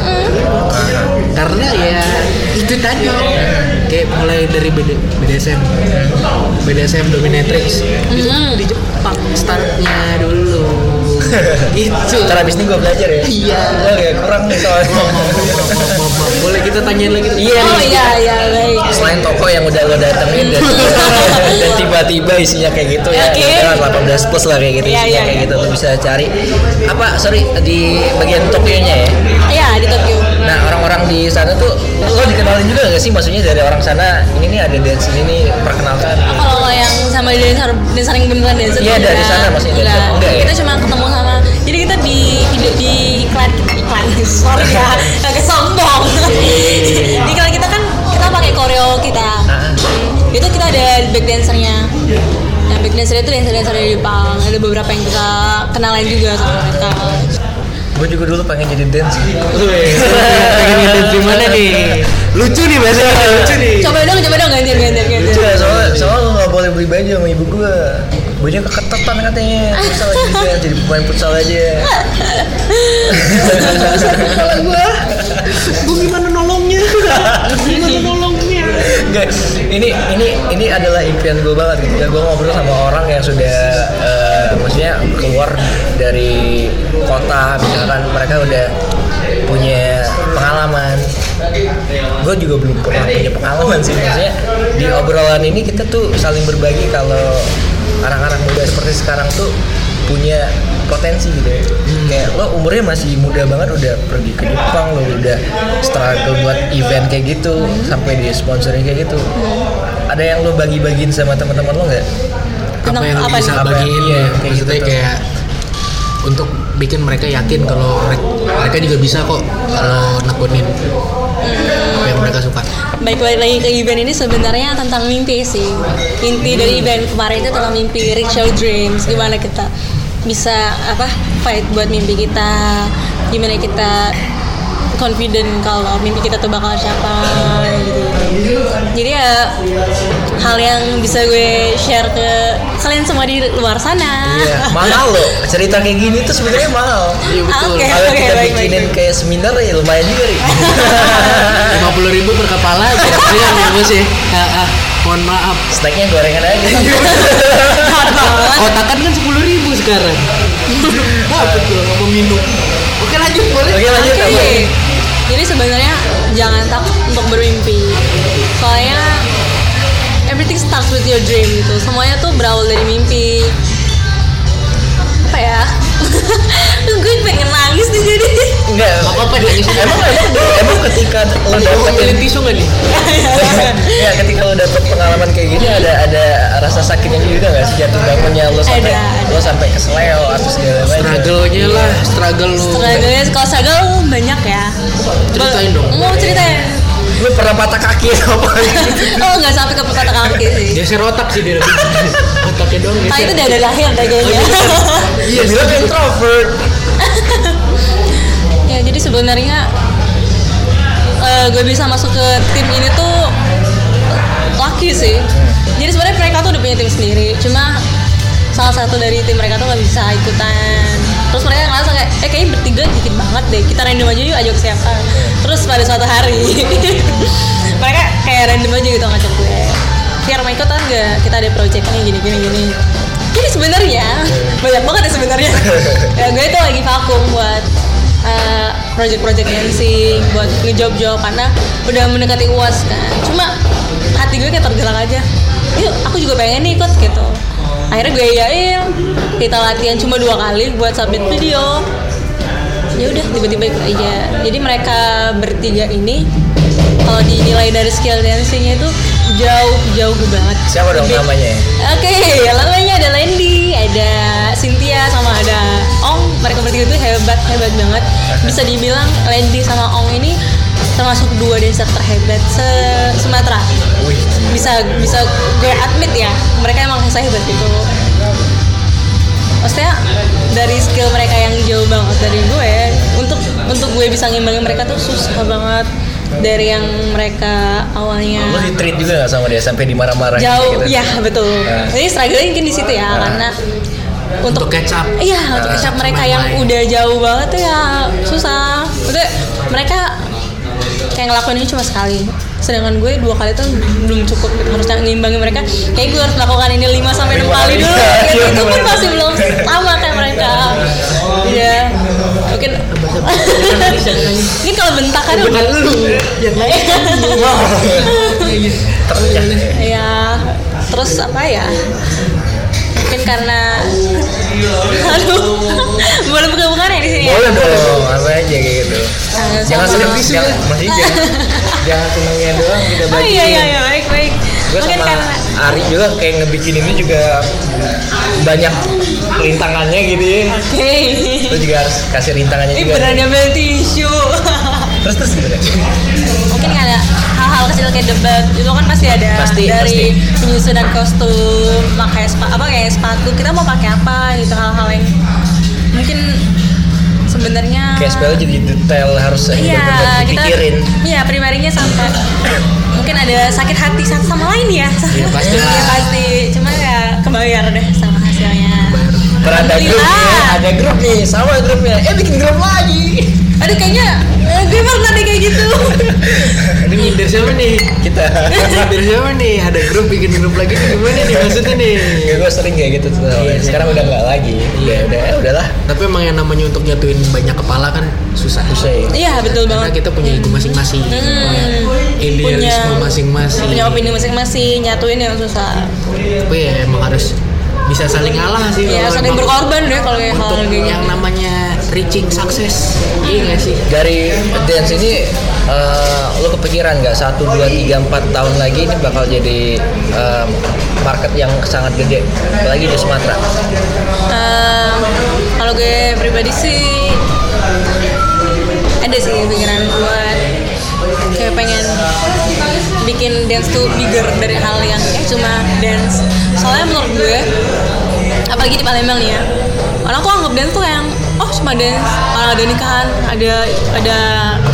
S2: Karena ya itu tadi kayak mulai dari B D, B D S M, B D S M dominatrix itu
S3: Mm.
S2: di Jepang startnya dulu. Itu.
S1: Cara bisnis gue belajar ya.
S2: Iya.
S1: Gue kayak kurang nih soalnya.
S2: Boleh kita tanyain lagi?
S1: Iya
S3: Oh
S1: nih.
S3: iya iya baik.
S1: Selain toko yang udah lo datengin dan, dan tiba-tiba isinya kayak gitu ya,
S3: Oke.
S1: ya delapan belas plus lah kayak gitu
S3: Iya,
S1: isinya
S3: iya,
S1: kayak
S3: iya.
S1: gitu lo bisa cari apa sorry di bagian Tokyo-nya ya.
S3: Iya di Tokyo.
S1: Nah orang-orang di sana tuh lo dikenalin juga gak sih maksudnya dari orang sana ini nih ada dance ini nih perkenalkan.
S3: Kalau lo yang sama dancer dancer yang beneran dancer
S1: Iya, dari
S3: enggak.
S1: sana maksudnya dancer.
S3: Enggak.
S1: Enggak ya?
S3: Kita cuma ketemu sama jadi kita di di, di iklan iklan sorry ya agak sombong di iklan kita kan kita pakai koreo kita
S1: Ah.
S3: itu kita ada back dancernya yang back dancer itu dancer dancer dari Jepang ada beberapa yang kita kenalan juga sama mereka.
S1: Gue juga dulu pengen jadi dance.
S2: Pengen ngedance di mana nih? Lucu nih bahasanya, lucu nih.
S3: Coba dong coba dong gantian gantian gantian.
S1: Lucu ya soalnya soalnya lo gak boleh beli baju sama ibu gue. Bajunya keketetan katanya. Futsal jadi dance, jadi pemain futsal aja.
S2: Kalau gua, gua gimana nolongnya? Gimana nolongnya?
S1: Enggak, ini ini ini adalah impian gue banget gitu. Gue ngobrol sama orang yang sudah eh, maksudnya keluar dari kota, misalkan mereka udah punya pengalaman. Gue juga belum pernah punya pengalaman sih, maksudnya di obrolan ini kita tuh saling berbagi kalau anak-anak muda seperti sekarang tuh punya potensi gitu ya. Kayak lo umurnya masih muda banget udah pergi ke Jepang, lo udah struggle buat event kayak gitu sampai di sponsorin kayak gitu. Ada yang lo bagi-bagiin sama teman-teman lo nggak?
S2: Apa
S3: Tentang
S2: yang lu
S3: apa
S2: bisa
S3: nih?
S1: Apa-
S2: bagiin
S1: iya,
S2: ya?
S1: kayak
S2: Maksudnya
S1: gitu tuh.
S2: kayak untuk bikin mereka yakin kalau mereka, mereka juga bisa kok kalau nekunin apa yang mereka suka.
S3: Baik balik lagi ke event ini sebenarnya tentang mimpi sih. Inti dari event kemarin itu tentang mimpi, reach your dreams. Gimana kita bisa apa fight buat mimpi kita, gimana kita confident kalau mimpi kita tuh bakal siapa gitu. Jadi ya hal yang bisa gue share ke kalian semua di luar sana.
S1: Iya, mahal loh. Cerita kayak gini tuh sebenarnya mahal.
S2: Iya betul.
S3: Oke,
S1: Kalau
S3: oke,
S1: kita
S3: baik,
S1: bikinin
S3: baik.
S1: kayak seminar ya lumayan juga nih.
S2: lima puluh ribu per kepala aja. Iya ya bos ya. Ah, ah, mohon maaf.
S1: Snacknya gorengan aja.
S3: Hard banget.
S2: Otakan kan sepuluh ribu sekarang. Ah betul. Mau minum. Oke lanjut boleh.
S1: Oke lanjut.
S3: Oke.
S1: apa?
S3: Jadi sebenarnya jangan takut untuk bermimpi. Soalnya everything starts with your dream gitu. Semuanya tuh berawal dari mimpi. Apa ya? Gue pengen nangis nih jadi.
S1: Enggak.
S2: Apa-apa nangis.
S1: Emang emang emang ketika lo
S2: Mau
S1: dapetin
S2: ambilin tisu nggak nih?
S1: ya ketika lo dapet pengalaman kayak gini ada ada rasa sakitnya juga nggak sih jatuh bangunnya lo sampai
S3: Ada, ada.
S1: lo sampai kesleo atau segala macam.
S2: Struggle-nya lah, struggle lu.
S3: Struggle-nya kalau struggle banyak ya.
S2: Ceritain dong.
S3: Mau ceritain?
S1: Lo pernah patah kaki atau apa gitu?
S3: Oh nggak sampai ke patah kaki sih.
S2: Geser otak sih dia. Otaknya doang
S3: Ah
S2: geser.
S3: itu udah dari lahir deh kayaknya.
S1: Iya bilang introvert.
S3: Ya jadi sebenarnya eh, gue bisa masuk ke tim ini tuh lucky sih. Jadi sebenarnya mereka tuh udah punya tim sendiri. Cuma salah satu dari tim mereka tuh nggak bisa ikutan. Terus mereka ngerasa kayak, eh kayaknya bertiga dikit banget deh. Kita random aja yuk ajak siapa. Terus pada suatu hari mereka kayak random aja gitu ngajak gue. Biar mau ikutan nggak? Kita ada project nih gini gini gini. Jadi sebenarnya banyak banget ya sebenarnya. Ya gue tuh lagi vakum buat uh, project-project dancing, buat ngejob-job karena udah mendekati U A S kan. Cuma hati gue kayak tergerak aja. Yuk, aku juga pengen nih ikut gitu. Akhirnya gue iyain. Kita latihan cuma dua kali buat submit video. Ya udah tiba-tiba ikut aja. Jadi mereka bertiga ini kalau dinilai dari skill dancingnya itu jauh jauh banget.
S1: Siapa dong
S3: Lebih-
S1: namanya?
S3: Oke, namanya ada Lendi, ada Cynthia, sama ada Ong. Mereka bertiga itu hebat hebat banget. Bisa dibilang Lendi sama Ong ini termasuk dua dancer terhebat se Sumatera.
S1: Wih.
S3: Bisa bisa gue admit ya, mereka emang saya hebat gitu. Maksudnya dari skill mereka yang jauh banget dari gue, untuk untuk gue bisa ngimbangin mereka tuh susah banget. Dari yang mereka awalnya
S1: Lo di treat juga nggak sama dia sampai dimarah-marahin
S3: jauh,
S1: gitu?
S3: ya betul.
S1: Nah.
S3: Jadi struggle mungkin di situ ya, karena
S2: Untuk catch up.
S3: iya untuk catch up
S2: sama
S3: mereka
S2: yang
S3: yang
S2: lain.
S3: udah jauh banget tuh ya susah. Udah mereka kayak ngelakuin ini cuma sekali, sedangkan gue dua kali tuh belum cukup, harusnya ngimbangin mereka. Kayak gue harus melakukan ini lima sampai enam
S1: Lima
S3: kali
S1: kali.
S3: dulu.
S1: Iya,
S3: Kayak
S1: iya,
S3: itu pun
S1: bener.
S3: masih belum sama kayak mereka. Iya. Mungkin mungkin kalau bentakan
S2: Bukan lu. Yang lain.
S3: ya terus apa ya, mungkin karena aduh boleh buka-bukaan ya di sini ya?
S1: Boleh dong, apa aja kayak gitu.
S3: Jangan
S1: Jangan
S3: sama-
S1: seneng jangan masih jangan jangan senengnya doang kita
S3: Oh
S1: bagi.
S3: iya iya iya baik baik.
S1: Gue
S3: Mungkin
S1: sama
S3: karena
S1: Ari juga kayak ngebikin ini juga banyak rintangannya gitu ya.
S3: oke.
S1: Lo juga harus kasih rintangannya
S3: Ini
S1: juga.
S3: beneran ngambil tisu.
S1: Terus terus gimana?
S3: Mungkin karena hal-hal kecil kayak debat itu kan pasti ada.
S1: Pasti,
S3: dari penyusunan kostum, pakai spa, apa kayak sepatu, kita mau pakai apa gitu, hal-hal yang mungkin sebenarnya
S1: Kayak spell jadi detail harus
S3: iya
S1: bener-bener
S3: kita
S1: dipikirin.
S3: iya primarinya sampai mungkin ada sakit hati satu sama lain ya.
S2: Iya, pasti lah.
S3: Iya, pasti cuma ya kebayar deh sama hasilnya.
S1: Karena ada grup
S3: Alhamdulillah.
S1: nih, ada grup nih, sama grupnya. Eh bikin grup lagi.
S3: Aduh kayaknya eh, gue pernah deh kayak gitu.
S2: Ini nyindir siapa nih?
S1: Kita.
S2: Nyindir siapa nih? Ada grup bikin grup lagi nih gimana nih maksudnya nih?
S1: Ya, gue sering kayak gitu tuh.
S2: Iya,
S1: Sekarang udah nggak lagi. Iya udah, ya udahlah.
S2: Tapi emang yang namanya untuk nyatuin banyak kepala kan susah.
S1: Susah ya.
S3: Iya betul
S2: Karena
S3: banget.
S2: kita punya ego masing-masing, punya
S3: Hmm.
S2: idealisme masing-masing.
S3: Punya opini masing-masing, nyatuin yang susah.
S2: Tapi ya emang harus bisa saling ngalah sih.
S3: Iya,
S2: kalau
S3: saling
S2: emang
S3: berkorban deh kalau kayak hal
S2: untuk
S3: kayak
S2: yang
S3: gitu.
S2: namanya reaching success. Iya nggak sih?
S1: Dari dance ini eh, lo kepikiran nggak satu dua tiga empat tahun lagi ini bakal jadi eh, market yang sangat gede, apalagi di Sumatera.
S3: Eh, kalau gue pribadi sih ada sih pikiran buat kayak pengen bikin dance tuh bigger dari hal yang eh cuma dance. Soalnya menurut gue apalagi di Palembang nih ya, orang tuh anggap dance tuh yang oh cuma dance, orang ada nikahan, ada ada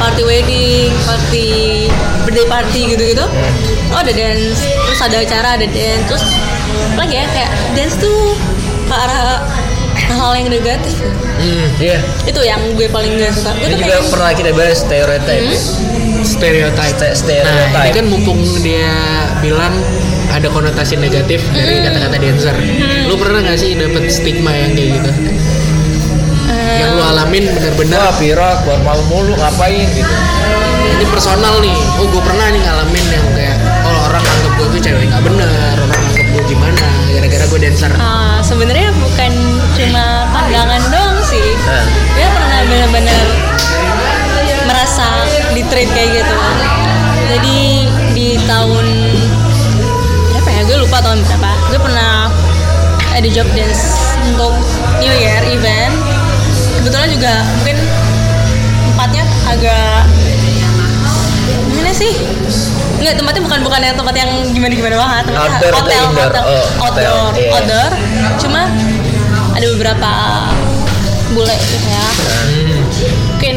S3: party wedding, party birthday party gitu-gitu. Oh ada dance, terus ada acara ada dance, terus apa lagi ya kayak dance tuh ke arah hal yang negatif.
S1: Hmm, iya.
S3: Itu yang gue paling gak suka. Gue
S1: Ini juga
S3: pengen-
S1: pernah kita bahas stereotype.
S3: Hmm?
S2: Stereotype.
S1: Ste- stereotype.
S2: Nah, ini kan mumpung dia bilang ada konotasi negatif dari
S3: Hmm.
S2: kata-kata dancer. Lu pernah nggak sih dapet stigma yang kayak gitu?
S3: Eh,
S2: Yang lu alamin bener-bener
S1: Wah, Pira keluar malam mulu ngapain gitu.
S2: ini personal nih. Oh, gue pernah nih ngalamin yang kayak oh orang anggap gue tuh cewek nggak bener, orang anggap gue gimana gara-gara gue dancer.
S3: ah, sebenarnya bukan cuma pandangan doang sih.
S1: Nah.
S3: Gue pernah benar-benar merasa di-treat kayak gitu. Jadi di tahun berapa ya? Gue lupa tahun berapa. Gue pernah ada job dance untuk New Year event. Kebetulan juga mungkin tempatnya agak gimana sih? Enggak, tempatnya bukan bukan yang tempat yang gimana-gimana banget. Tempatnya
S1: Outdoor atau
S3: hotel,
S1: indoor?
S3: hotel,
S1: Oh,
S3: outdoor,
S1: hotel, iya.
S3: outdoor. Cuma ada beberapa bule gitu ya. Mungkin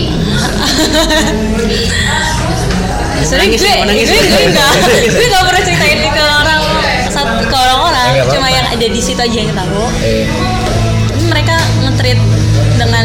S3: Sebenernya
S2: Nangis,
S3: gue,
S2: mau nangis.
S3: gue, gue gak, gue gak pernah ceritain ini ke orang sat- ke orang-orang,
S1: Nggak
S3: cuma
S1: apa-apa.
S3: yang ada di situ aja yang tahu.
S1: Eh,
S3: Mereka nge-treat dengan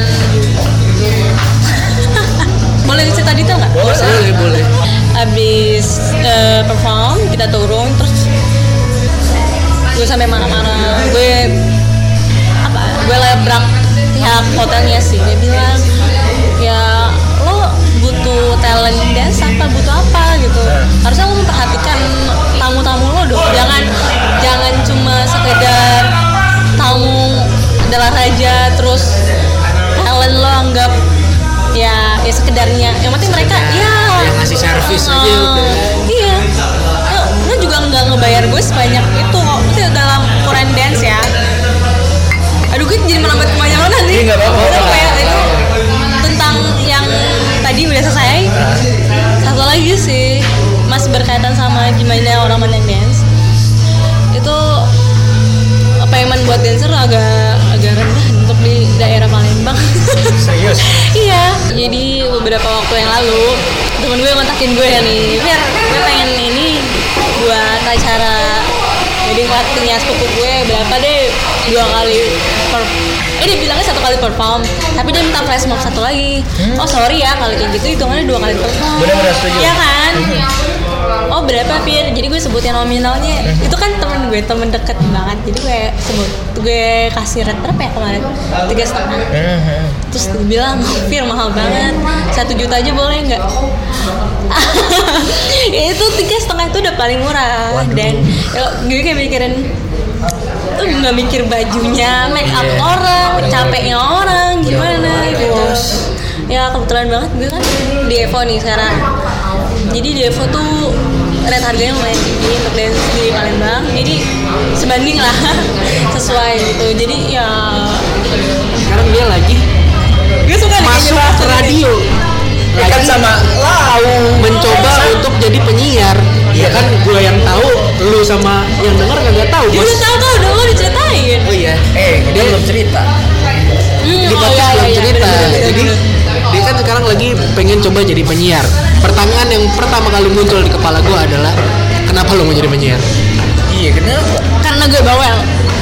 S3: boleh cerita detail nggak?
S1: boleh.
S2: Boleh, boleh.
S3: Abis eh, perform kita turun terus gue sampai marah-marah, gue apa? Gue lebrak pihak hotelnya sih, dia bilang ya lo butuh talent dance apa butuh apa gitu, harusnya lo memperhatikan tamu-tamu lo dong, jangan jangan cuma sekedar tamu adalah raja terus talent lo anggap ya ya sekedarnya, yang penting mereka ya
S2: yang ngasih servis aja
S3: uh,
S2: udah.
S3: iya lo, lo juga nggak ngebayar gue sebanyak itu kok, itu dalam ukuran dance ya. Aduh gue jadi melambat kepanjangan nanti.
S1: Iya, nggak apa-apa.
S3: Udah, kayak itu tentang yang tadi udah selesai. Satu lagi sih mas berkaitan sama gimana orang main dance itu payment buat dancer agak agak rendah untuk di daerah Palembang.
S1: Serius?
S3: Iya, jadi beberapa waktu yang lalu temen gue ngontakin gue ya nih, biar gue pengen ini buat acara wedding party-nya sepupu gue berapa deh, dua kali per eh dia bilangnya satu kali perform, tapi dia minta flash mob satu lagi. Oh sorry ya kalau kayak gitu hitungannya dua kali perform.
S1: Bener-bener setuju.
S3: Iya kan? Oh berapa Pir? Jadi gue sebutin nominalnya. Itu kan temen gue, temen deket banget. Jadi gue sebut, gue kasih rate berapa ya kemarin? Tiga setengah. Terus dia bilang, Pir mahal banget. Satu juta aja boleh nggak? Itu tiga setengah itu udah paling murah.
S1: Waduh.
S3: Dan ya, gue kayak mikirin tuh nggak mikir bajunya, make up
S1: Iya.
S3: orang, capeknya orang, gimana gitu. Ya kebetulan banget gue kan di Evo nih sekarang. Jadi di Evo tuh rate harganya lumayan tinggi untuk dance di Palembang. Jadi sebanding lah sesuai gitu. Jadi ya
S2: Sekarang dia lagi
S3: gue suka nih
S2: masuk
S3: kayaknya
S2: ke
S3: bahas
S2: radio.
S1: Ya kan sama lau.
S2: Mencoba untuk jadi penyiar. Ya kan gue yang tahu, lu sama yang denger kagak tahu,
S3: ini. Dia
S2: Bos.
S3: udah tahu tuh, udah lo diceritain.
S2: Oh iya.
S1: Eh, kita
S2: Dia-
S1: belum cerita.
S3: Hmm,
S2: Di
S3: oh,
S2: podcast
S3: iya,
S2: belum
S3: iya,
S2: cerita.
S3: bener, bener,
S2: Jadi
S3: bener.
S2: dia kan sekarang lagi pengen coba jadi penyiar. Pertanyaan yang pertama kali muncul di kepala gue adalah kenapa lu mau jadi penyiar?
S1: Iya, kenapa?
S3: Karena gue bawel.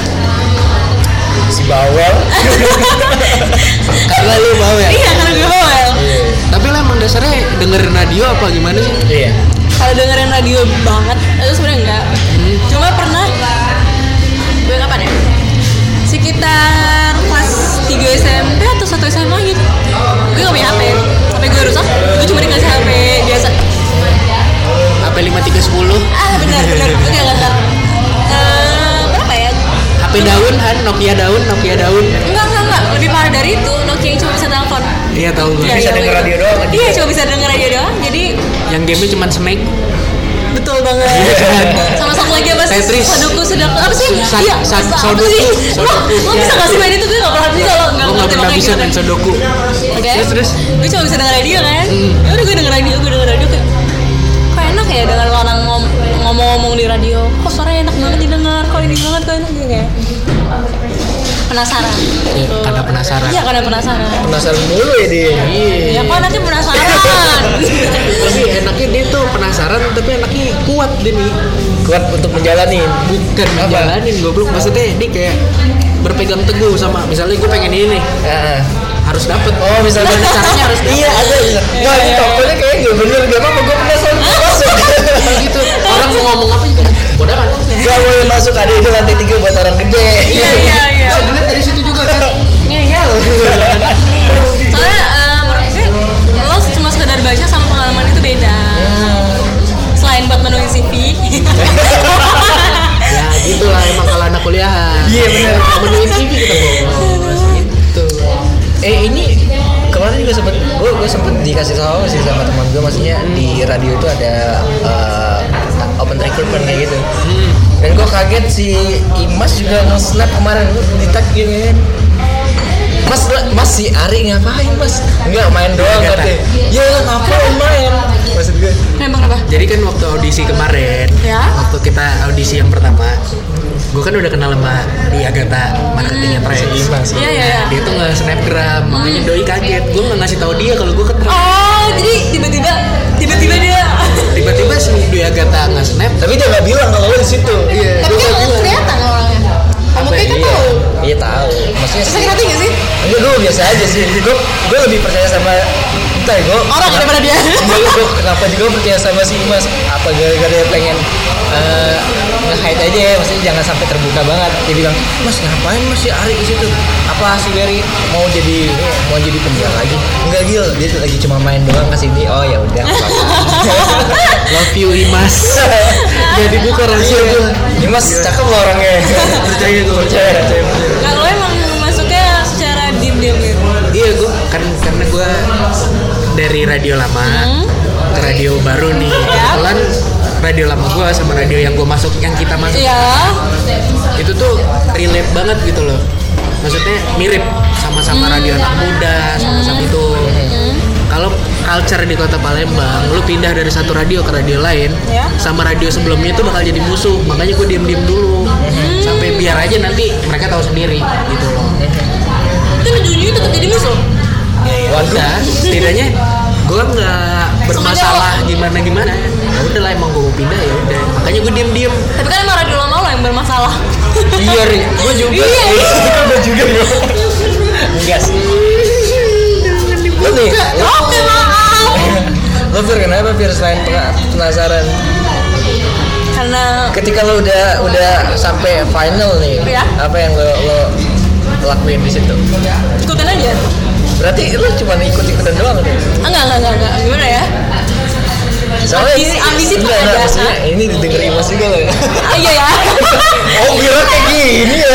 S1: Si bawel.
S2: Karena lu mau ya.
S3: Iya, karena gue bawel.
S2: Tapi lu emang dasarnya dengerin radio apa gimana sih?
S1: Iya.
S3: Kalau dengerin radio banget, itu sebenarnya enggak. Cuma pernah gue kapan ya? Sekitar kelas tiga S M P atau satu S M A gitu. Gue gak punya H P. H P gue rusak. Gue cuma dikasih H P biasa.
S2: H P lima tiga sepuluh,
S3: Ah, benar, benar. Gue gak ngerti. Eh, berapa ya?
S2: H P daun kan, Nokia daun, Nokia daun.
S3: Enggak, enggak, enggak. Lebih parah dari itu. Nokia yang cuma bisa telepon.
S2: Iya tahu gue.
S3: Iya,
S1: Bisa
S3: iya,
S1: denger
S3: begitu.
S1: radio doang kan?
S3: Iya, cuma bisa denger radio doang. Jadi
S2: Yang gamenya cuma Snake.
S3: betul banget. Sama satu lagi apa sih?
S2: Tetris.
S3: Sudoku, Sudoku apa sih?
S2: Sa-
S3: Iya,
S2: sa-
S3: apa
S2: Sudoku.
S3: sih? Lo,
S2: Sudoku.
S3: lo bisa nggak sih main itu? Gue nggak pernah bisa lo. Nggak
S2: Gue nggak
S3: ngerti
S2: pernah
S3: makanya
S2: bisa
S3: gitu
S2: main
S3: kan.
S2: Sudoku.
S3: Oke.
S2: Terus terus.
S3: Gue cuma bisa denger radio kan. Ya udah gue denger radio, gue denger radio kayak kok enak ya dengan orang ngom- ngomong-ngomong di radio. Kok suaranya enak banget didengar. Kok ini banget kok enak gitu kayak. Penasaran.
S2: Iya, karena penasaran.
S3: Iya, karena penasaran.
S1: Penasaran mulu ya dia.
S3: Ya kok anaknya penasaran.
S2: Tapi enaknya dia tuh penasaran, tapi enaknya kuat dia nih.
S1: Kuat untuk menjalani.
S2: Bukan menjalanin goblok, maksudnya dia kayak berpegang teguh sama, misalnya gue pengen ini nih,
S1: Heeh.
S2: harus dapet.
S1: Oh misalnya
S2: caranya harus dapet.
S1: iya ada bisa. Wah ini tokonya kayak gak bener gak apa-apa gue penasaran masuk.
S2: Gitu. Orang mau ngomong apa juga bodoh kan.
S1: Gak boleh masuk ada itu lantai tiga buat orang gede.
S3: Iya iya iya.
S2: Bisa dilihat dari situ juga kan. Ngeyel.
S3: Soalnya eh, menurut gue lo cuma sekedar baca sama pengalaman itu beda. Selain buat menuin C V.
S2: Ya gitulah emang kalau anak kuliahan.
S1: Iya benar.
S2: Menuin C V kita ngomong. Gitu.
S1: Eh ini kemarin juga sempet gue gue sempet dikasih tahu sih sama teman gue, maksudnya di radio itu ada uh, open recruitment kayak gitu.
S2: Hmm.
S1: Dan gue kaget si Imas juga nge-snap kemarin lu di tag gini kan. Mas, mas si Ari ngapain mas? Enggak main doang katanya. Ya ngapain main? Maksud gue.
S3: Kenapa kenapa?
S2: Jadi kan waktu audisi kemarin,
S3: Ya.
S2: waktu kita audisi yang pertama, gue kan udah kenal sama Doi Agatha, marketingnya Trax.
S1: Imas.
S3: Iya iya iya.
S2: Dia tuh nggak snapgram, makanya Doi kaget. Gue nggak ngasih tahu dia kalau gue ketemu.
S3: Oh, jadi tiba-tiba tiba-tiba dia
S2: Tiba-tiba si Doi Agatha nggak snap.
S1: Tapi dia nggak bilang kalau lu di situ.
S2: Iya.
S3: tapi
S2: Dia
S3: kan
S2: nggak bilang.
S3: kelihatan orangnya. Kamu kayak
S1: Iya.
S3: tahu.
S1: Iya tahu. Maksudnya
S3: Sakit hati gak sih?
S1: enggak, gue biasa aja sih. Gue gue lebih percaya sama entah ya, gue
S3: Orang daripada dia.
S1: Enggak, gue kenapa juga percaya sama si Imas? Apa gara-gara dia pengen uh, nge-hide aja ya, maksudnya jangan sampai terbuka banget. Dia bilang, Mas ngapain Mas si Ari di situ? Apa si Berry mau jadi ini, mau jadi penyiar lagi? Enggak Gil, dia tuh lagi cuma main doang ke sini. Oh ya udah.
S2: Love you Imas. Jadi buka rahasia gue.
S1: Imas cakep loh orangnya.
S2: Percaya gue.
S1: Percaya, percaya.
S3: Nah, lo emang masuknya secara diam-diam gitu.
S2: Iya gue kan karena gue dari radio lama
S3: Hmm.
S2: ke radio baru nih. Kebetulan radio lama gue sama radio yang gue masuk, yang kita masuk
S3: Iya.
S2: itu tuh relate banget gitu loh. Maksudnya mirip, sama-sama radio anak muda, sama-sama itu. Kalau culture di kota Palembang, lu pindah dari satu radio ke radio lain,
S3: Ya.
S2: sama radio sebelumnya itu bakal jadi musuh. Makanya gue diem-diem dulu, sampai biar aja nanti mereka tahu sendiri gitu loh.
S3: Itu ujung-ujungnya tetap jadi musuh.
S2: Udah, setidaknya gue nggak bermasalah gimana-gimana. Ya udah lah, emang gue mau pindah ya udah. Makanya gue diem-diem.
S3: Tapi kan emang radio lama lo yang bermasalah.
S1: Iya, Ri. Gue juga.
S3: Iya, iya.
S1: Gue juga. Enggak sih. Lu nih, lu-
S3: Oke maaf.
S1: Lo Fir, kenapa Fir selain pena- penasaran?
S3: Karena
S1: Ketika lo udah udah sampai final nih,
S3: Iya.
S1: apa yang lo lo lakuin di situ?
S3: ikutin aja.
S1: Berarti lo cuma ikut-ikutan doang nih?
S3: Enggak enggak enggak enggak. Gimana ya?
S1: Soalnya
S3: Ambisi-
S1: ini-
S3: ambisi tuh
S1: enggak, enggak,
S3: ada.
S1: maksudnya ini didengar Imas juga lo.
S3: Ah, iya ya.
S1: Oh kira kayak gini ya.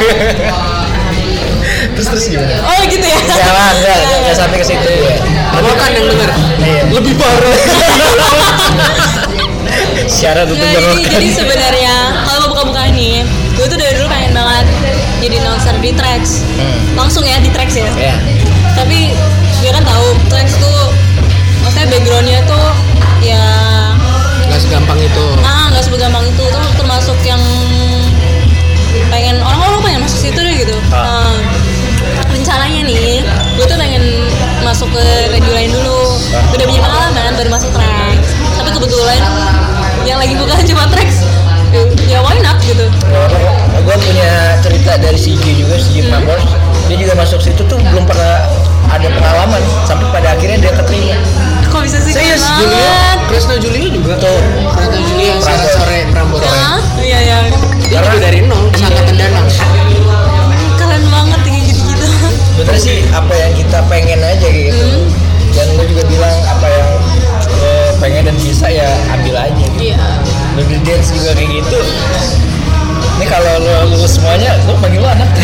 S1: Terus terus gimana?
S3: Oh gitu ya.
S1: Enggak lah, enggak, enggak, enggak sampai ke situ ya.
S2: Lo kan yang denger.
S1: Iya.
S2: Lebih parah.
S1: Syarat untuk
S3: Nggak, jadi,
S1: bermakan.
S3: jadi sebenarnya kalau mau buka-buka nih, gue tuh dari dulu pengen banget jadi announcer di Trax.
S1: Hmm.
S3: Langsung ya di Trax ya.
S1: Ya.
S3: Tapi gue kan tahu Trax tuh maksudnya backgroundnya tuh ya
S2: Gak segampang itu.
S3: ah nggak segampang itu, tuh termasuk yang pengen orang-orang pengen masuk situ deh gitu.
S1: Ah.
S3: Nah, rencananya nih gue tuh pengen masuk ke radio lain dulu, udah punya pengalaman baru masuk Trax. Tapi kebetulan yang lagi buka cuma Trax, ya why not gitu.
S1: Gue punya cerita dari si G juga, si G Mamos. Dia juga masuk situ tuh belum pernah ada pengalaman sampai pada akhirnya dia keterima.
S3: Kok bisa sih?
S1: Serius,
S3: keren
S1: Julia?
S3: banget.
S2: Kresna Julia juga.
S1: Tuh.
S2: Kresna Julia yang siaran
S1: Prambors.
S2: sore Prambors.
S3: Hah? Iya iya.
S2: Dia juga dari nol, angkatan danang.
S3: Keren banget kayak gitu-gitu.
S1: Sebenarnya sih apa yang kita pengen aja kayak gitu. Dan lu juga bilang apa yang eh, pengen dan bisa ya ambil aja gitu.
S3: Iya.
S1: Lu di dance juga kayak gitu. Ini kalau lu lulus semuanya, lu panggil lu anak.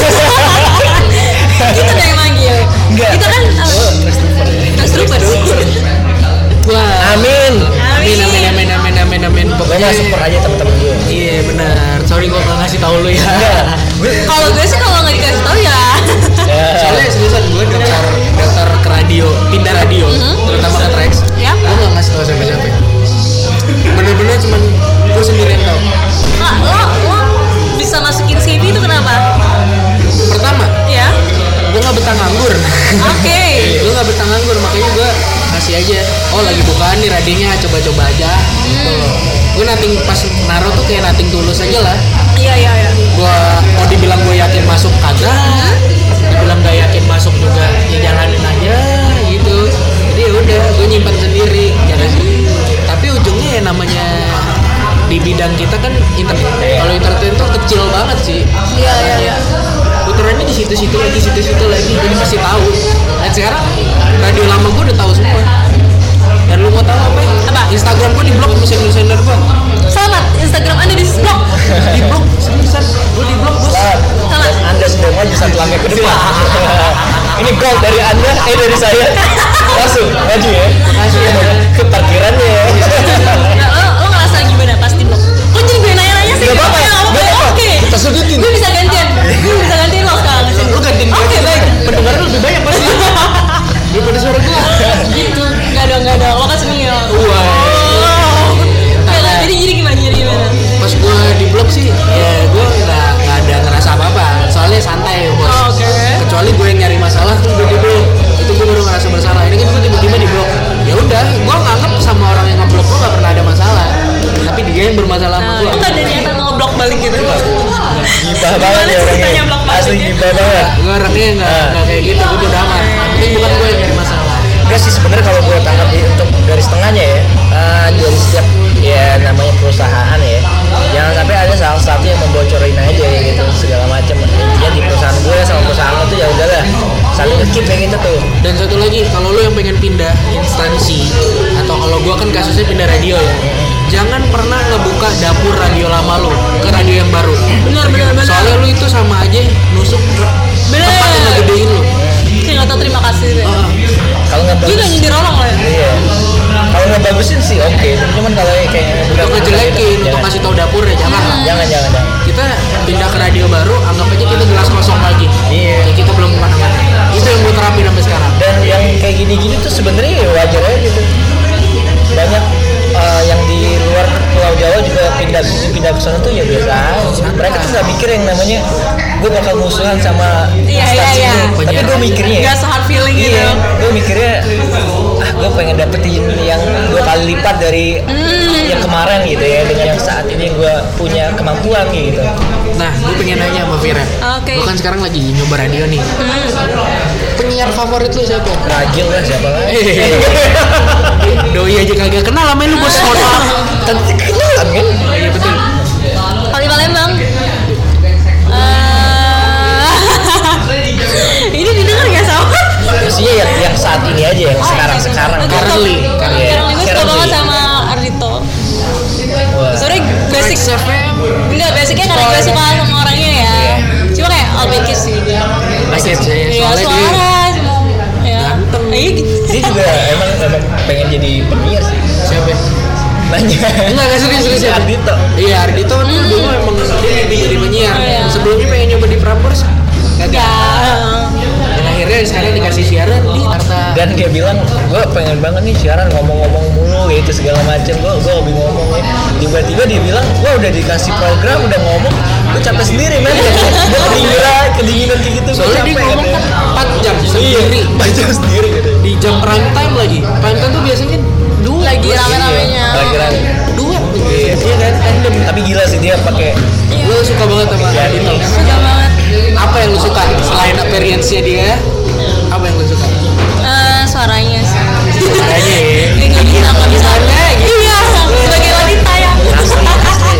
S3: Kita udah yang manggil.
S1: Enggak.
S3: Kita kan
S1: Oh, Christopher.
S3: Trooper.
S2: Wah.
S1: Amin.
S2: Amin amin amin amin amin amin.
S1: Pokoknya
S2: Pokoknya
S1: super aja teman-teman gue.
S2: iya benar. Sorry gue nggak ngasih tahu lu ya.
S1: Enggak.
S3: Kalau gue sih kalau nggak dikasih tahu ya.
S1: Ya.
S2: Soalnya seriusan gue daftar daftar ke radio, pindah radio, terutama ke Trax.
S3: Ya.
S2: Gue nggak ngasih tahu siapa-siapa. Bener-bener cuman gue sendirian tahu.
S3: Kak, lo lo bisa masukin C V itu kenapa?
S2: Pertama,
S3: Ya.
S2: gue nggak betah nganggur.
S3: Oke.
S2: Gue nggak betah nganggur, makanya gue kasih aja. Oh lagi bukaan nih radionya, coba-coba aja. Gitu loh. Gue nating pas naruh tuh kayak nating tulus aja lah.
S3: Iya iya iya.
S2: Gue mau dibilang gue yakin masuk kagak, dibilang gak yakin masuk juga ya jalanin aja gitu. Jadi ya udah gue nyimpan sendiri. Jangan. Tapi ujungnya ya namanya di bidang kita kan internet. Kalau internet itu kecil banget sih.
S3: Iya iya iya.
S2: Puterannya di situ-situ lagi, situ-situ lagi, jadi pasti tahu. Dan sekarang radio lama gue udah tahu semua. Dan lu mau tahu apa?
S3: Apa?
S2: Instagram gue di blok desainer gue.
S3: Selamat, Instagram Anda di blok.
S2: Di blok, seriusan. Gue di blok bos.
S3: Selamat.
S1: Anda sudah maju satu langkah ke depan. Ini goal dari Anda, eh dari saya. Langsung maju ya.
S2: Makasih ya.
S1: Ke parkirannya ya.
S3: Nah, lo, lo ngerasa gimana pas di blok? Kok jadi gue nanya-nanya sih?
S1: Gak apa-apa,
S3: Ya,
S1: gak apa-apa.
S3: Oke.
S1: Kita sudutin.
S3: Gue bisa gantian. Gue bisa gantiin lo sekarang.
S2: Lu gantiin gue.
S3: Oke, baik.
S2: Pendengar lu lebih banyak pasti. Daripada suara gue.
S3: Gitu. Gak dong, gak dong. Lo kan seneng ya.
S2: Wah.
S3: Oh. Oke lah, jadi jadi gimana? Jadi gimana?
S2: Pas gue di blok sih, ya gue nggak nggak ada ngerasa apa-apa. Soalnya santai bos.
S3: Oh, oke.
S2: Kecuali gue yang nyari masalah tuh gue di blok. Itu gue baru ngerasa bersalah. Ini kan gue tiba-tiba di blok. Ya udah, gue nganggep sama orang yang ngeblok gue nggak pernah ada masalah. Tapi dia yang bermasalah sama
S3: Nah,
S2: gue.
S3: lo gak ada niatan mau ngeblok balik gitu?
S1: Gibah banget ya
S3: ceritanya
S1: orangnya.
S3: blok balik
S1: Asli
S3: ya?
S1: gibah banget.
S2: Gue orangnya nggak nggak kayak gitu. Gue udah aman. Tapi bukan gue yang nyari masalah.
S1: Enggak sih sebenarnya kalau gue tangkap di, untuk garis tengahnya ya, uh, dari setiap ya namanya perusahaan ya, jangan sampai ada salah satu yang membocorin aja ya gitu segala macam. Intinya di perusahaan gue sama perusahaan lo tuh ya udahlah saling ngekip kayak gitu tuh.
S2: Dan satu lagi, kalau lu yang pengen pindah instansi atau kalau gua kan kasusnya pindah radio ya, jangan pernah ngebuka dapur radio lama lu ke radio yang baru.
S3: Benar benar benar.
S2: Soalnya lu itu sama aja nusuk
S3: Bener.
S2: tempat yang ngegedein lu.
S3: Kayak nggak tau terima kasih deh.
S2: Ah,
S1: Kalau nggak
S3: Dia
S1: bagus,
S3: nggak nyindir orang loh ya.
S1: iya. Kalau nggak bagusin sih oke, cuman kalau kayak
S2: untuk ngejelekin, untuk kasih tahu dapur ya jangan lah.
S1: jangan jangan jangan.
S2: Kita pindah ke radio baru, anggap aja kita gelas kosong lagi.
S1: Iya.
S2: Ya kita belum kemana-mana. Itu yang gue terapin sampai sekarang.
S1: Dan yang kayak gini-gini tuh sebenarnya ya wajar aja gitu. Banyak uh, yang di luar Pulau Jawa juga pindah pindah ke sana tuh ya biasa aja. Mereka tuh nggak mikir yang namanya gue bakal musuhan sama
S3: Iya, iya,
S1: stasiun
S3: iya.
S1: itu. Tapi gue mikirnya
S3: Gak so hard feeling gitu.
S1: iya, gue mikirnya ah gue pengen dapetin yang dua kali lipat dari
S3: Hmm.
S1: yang kemarin gitu ya, dengan yang saat ini gue punya kemampuan gitu.
S2: Nah, gue pengen nanya sama Vira.
S3: Oke.
S2: Gue kan sekarang lagi nyoba radio nih.
S3: Hmm.
S2: Penyiar favorit lu siapa?
S1: Ragil lah siapa lagi?
S2: Doi aja kagak kenal sama lu bos.
S1: Kan kenalan kan?
S2: Iya betul.
S3: Kalau di Palembang. Eh, ini didengar nggak sama?
S1: Maksudnya yang, yang saat ini aja yang sekarang sekarang.
S2: Currently.
S3: Currently. Gue suka banget sama Ardito.
S1: Wah.
S3: Soalnya basic.
S2: Rex F M.
S3: Enggak, basicnya karena gue suka sama orangnya ya. Cuma kayak Albekis sih.
S2: Basket saya.
S3: Iya,
S2: Soalnya dia
S3: suara semua. Ya.
S2: ganteng.
S3: Iya gitu.
S1: Dia juga emang emang pengen jadi penyiar sih.
S2: Siapa?
S1: Banyak.
S2: Enggak, enggak serius serius ya.
S1: Ardito.
S2: Iya, Ardito kan dulu emang dia mimpi jadi penyiar.
S3: Oh, iya.
S2: Sebelumnya pengen nyoba di Prambors.
S3: Ya.
S2: Dan akhirnya sekarang dikasih siaran di Jakarta.
S1: Dan dia bilang gue pengen banget nih siaran ngomong-ngomong mulu gitu segala macem. Gue gue hobi ngomong ya. Tiba-tiba dia bilang gue udah dikasih program udah ngomong gue capek sendiri men. Gue kedinginan kedinginan kayak gitu. Gua
S2: Soalnya dia
S1: capek,
S2: ngomong
S1: katanya.
S2: kan empat jam sendiri.
S1: Iya, empat jam sendiri gitu.
S2: Di jam prime time lagi. Prime time tuh biasanya dua.
S3: Lagi
S2: dua,
S3: rame-ramenya.
S1: Lagi rame.
S2: Dua.
S1: Iya.
S2: Iya kan? Tandem.
S1: Tapi gila sih dia pakai
S2: Lu suka banget sama Ardito.
S3: Suka banget.
S2: Apa yang lu suka selain appearance-nya dia? Apa yang lu suka?
S3: Eh, suaranya sih.
S2: Suaranya ya.
S3: Dia nggak bisa nggak bisa. Iya, sebagai wanita ya.
S1: asli asli.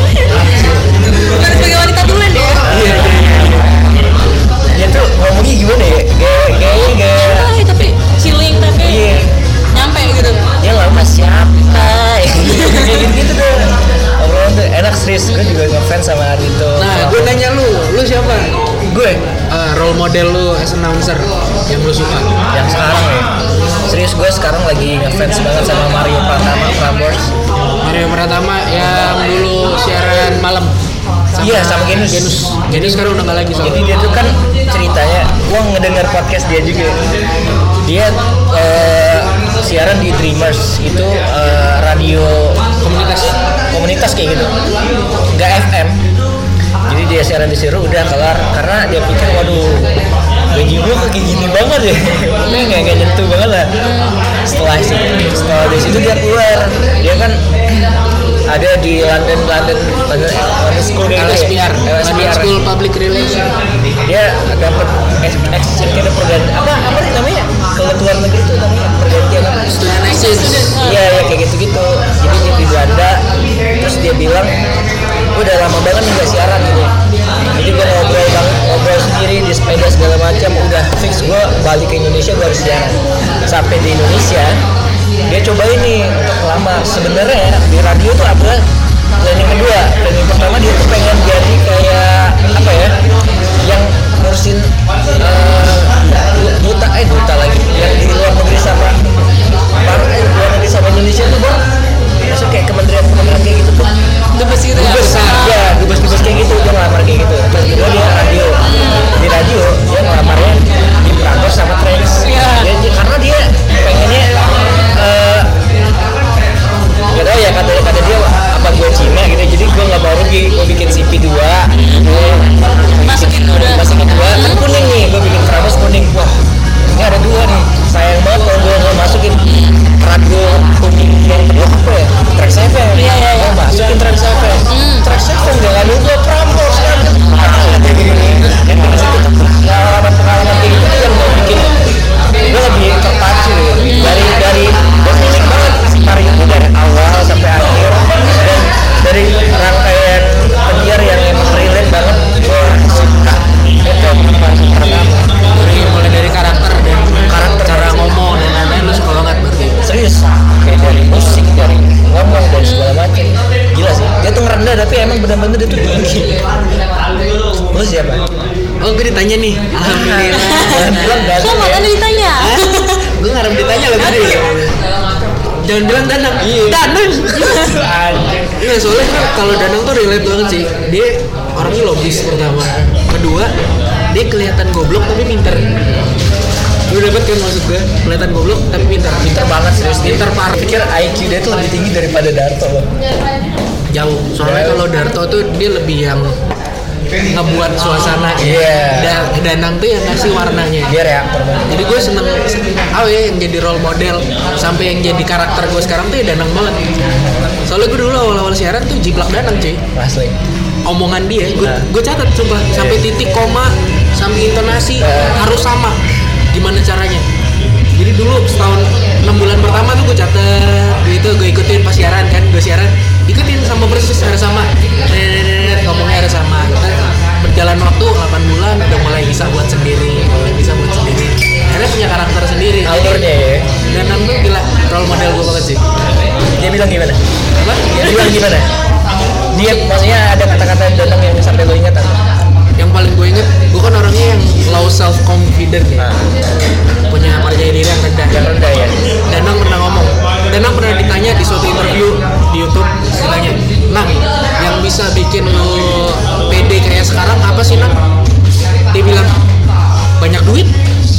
S3: Bukan sebagai wanita dulu deh.
S2: Iya, iya, iya.
S1: Dia tuh ngomongnya gimana ya? Gaya gaya gaya.
S3: Ay, tapi chilling tapi
S1: Iya.
S3: nyampe gitu.
S1: Dia lama siapa? Kayak gitu tuh. Obrolan tuh enak serius. Gue juga ngefans sama Ardito.
S2: Nah, gue nanya lu, lu siapa?
S1: gue
S2: Uh, role model lu as announcer yang lu suka?
S1: yang sekarang ya. Serius gue sekarang lagi ngefans banget sama Mario Pratama Prambors.
S2: Mario Pratama yang dulu siaran malam.
S1: Iya, sama Genus.
S2: Genus. Genus sekarang udah nggak lagi soalnya.
S1: Jadi dia tuh kan ceritanya, gue ngedengar podcast dia juga. Dia eh, siaran di Dreamers itu eh, radio
S2: Komunitas.
S1: komunitas kayak gitu, nggak F M. Jadi dia siaran di situ udah kelar karena dia pikir waduh gaji gue kayak gini banget ya, nggak nggak nyentuh banget lah. setelah setelah dari situ dia keluar, dia kan ada di London London London, London School gitu
S2: L S P R,
S1: ya,
S2: London School Public Relation.
S1: Dia dapat exchange kayak pergantian apa apa sih namanya kalau luar negeri itu namanya pergantian apa?
S2: Student exchange.
S1: Iya ya kayak gitu gitu. Jadi dia di Belanda, terus dia bilang, gue udah lama banget nih gak siaran gitu. Jadi gue ngobrol banget, ngobrol sendiri di sepeda segala macam, udah fix gue balik ke Indonesia gue harus siaran. Sampai di Indonesia dia cobain nih untuk ngelamar. Sebenarnya ya, di radio tuh ada planning kedua. Planning pertama dia tuh pengen jadi kayak apa ya, yang ngurusin uh, duta eh duta lagi yang di luar negeri sama baru eh di luar negeri sama Indonesia tuh bang. Maksudnya kayak kementerian-kementerian kayak gitu tuh.
S2: Dubes gitu ya?
S1: Dubes, ya, dubes-dubes kayak gitu, dia ngelamar kayak gitu. Terus kedua dia radio, di radio dia ngelamarnya di Prambors sama Trax.
S3: Iya.
S1: Dia, dia, karena dia pengennya, uh, gak tau ya kata kata dia apa gue Cina gitu, jadi gue nggak mau rugi, gue bikin C P dua, gue
S3: Masukin udah.
S1: masukin dua, kan kuning nih, gue bikin Prambors kuning, wah ini ada dua nih, sayang banget kalau gue nggak masukin radio kuning yang kedua apa ya, Trax F M,
S3: Iya, iya, iya.
S1: masukin Trax F M, Trax F M jangan lupa Prambors kan, ada gini, yang di situ pengalaman-pengalaman kayak gitu yang gue bikin, gue lebih terpacu ya. dari dari gue milik banget Mario itu dari awal sampai akhir, dan dari rangkaian penyiar yang emang relate banget gue suka. Itu pertama
S2: Dari mulai dari karakter dan karakter cara ngomong dan lain-lain lu suka banget berarti.
S1: serius, kayak dari musik, dari ngomong, dari segala macam. Gila sih, dia tuh ngerendah tapi emang benar-benar dia tuh tinggi. Lu siapa?
S2: Oh gue ditanya nih. Alhamdulillah.
S1: Bilang
S3: Kok
S1: Danang
S3: makan
S1: ya.
S3: ditanya?
S2: Gue ngarep ditanya loh tadi. Jangan bilang Danang. Danang.
S1: Anjing.
S2: Iya soalnya kan kalau Danang tuh relate banget sih. Dia orangnya logis pertama. Kedua, dia kelihatan goblok tapi pinter. Lu dapet kan maksud gue? Kelihatan goblok tapi pinter.
S1: Pinter banget serius dia.
S2: Pinter parah.
S1: Pikir I Q dia tuh lebih tinggi daripada Darto loh.
S2: Jauh. Soalnya kalau Darto tuh dia lebih yang ngebuat suasana.
S1: Iya.
S2: Dan Danang tuh yang ngasih warnanya.
S1: Dia reaktor banget.
S2: Jadi gue seneng, oh ya yang jadi role model sampai yang jadi karakter gue sekarang tuh ya Danang banget. Soalnya gue dulu awal-awal siaran tuh jiplak Danang cuy.
S1: Asli.
S2: Omongan dia, gue
S1: Nah.
S2: gue catat coba sampai titik koma, sampai intonasi
S1: Nah.
S2: harus sama. Gimana caranya? Jadi dulu setahun enam bulan pertama tuh gue catat, gitu gue ikutin pas siaran kan, gue siaran ikutin sama persis harus sama, Nenenet, ngomongnya harus sama. Kita berjalan waktu delapan bulan udah mulai bisa buat sendiri, mulai bisa buat sendiri. Akhirnya punya karakter sendiri.
S1: Alurnya ya.
S2: Dan Danang tuh gila, role model gue banget sih.
S1: Dia bilang gimana?
S2: Apa?
S1: Dia bilang gimana? Dia maksudnya ada kata-kata Danang yang sampai lo ingat apa?
S2: Yang paling gue inget, gue kan orangnya yang low self confident ya,
S1: Nah,
S2: punya percaya diri yang rendah.
S1: yang rendah ya.
S2: Danang pernah ngomong, Danang pernah ditanya di suatu interview di YouTube, ditanya, Nang, yang bisa bikin lo pede kayak sekarang apa sih Nang? Dia bilang, banyak duit.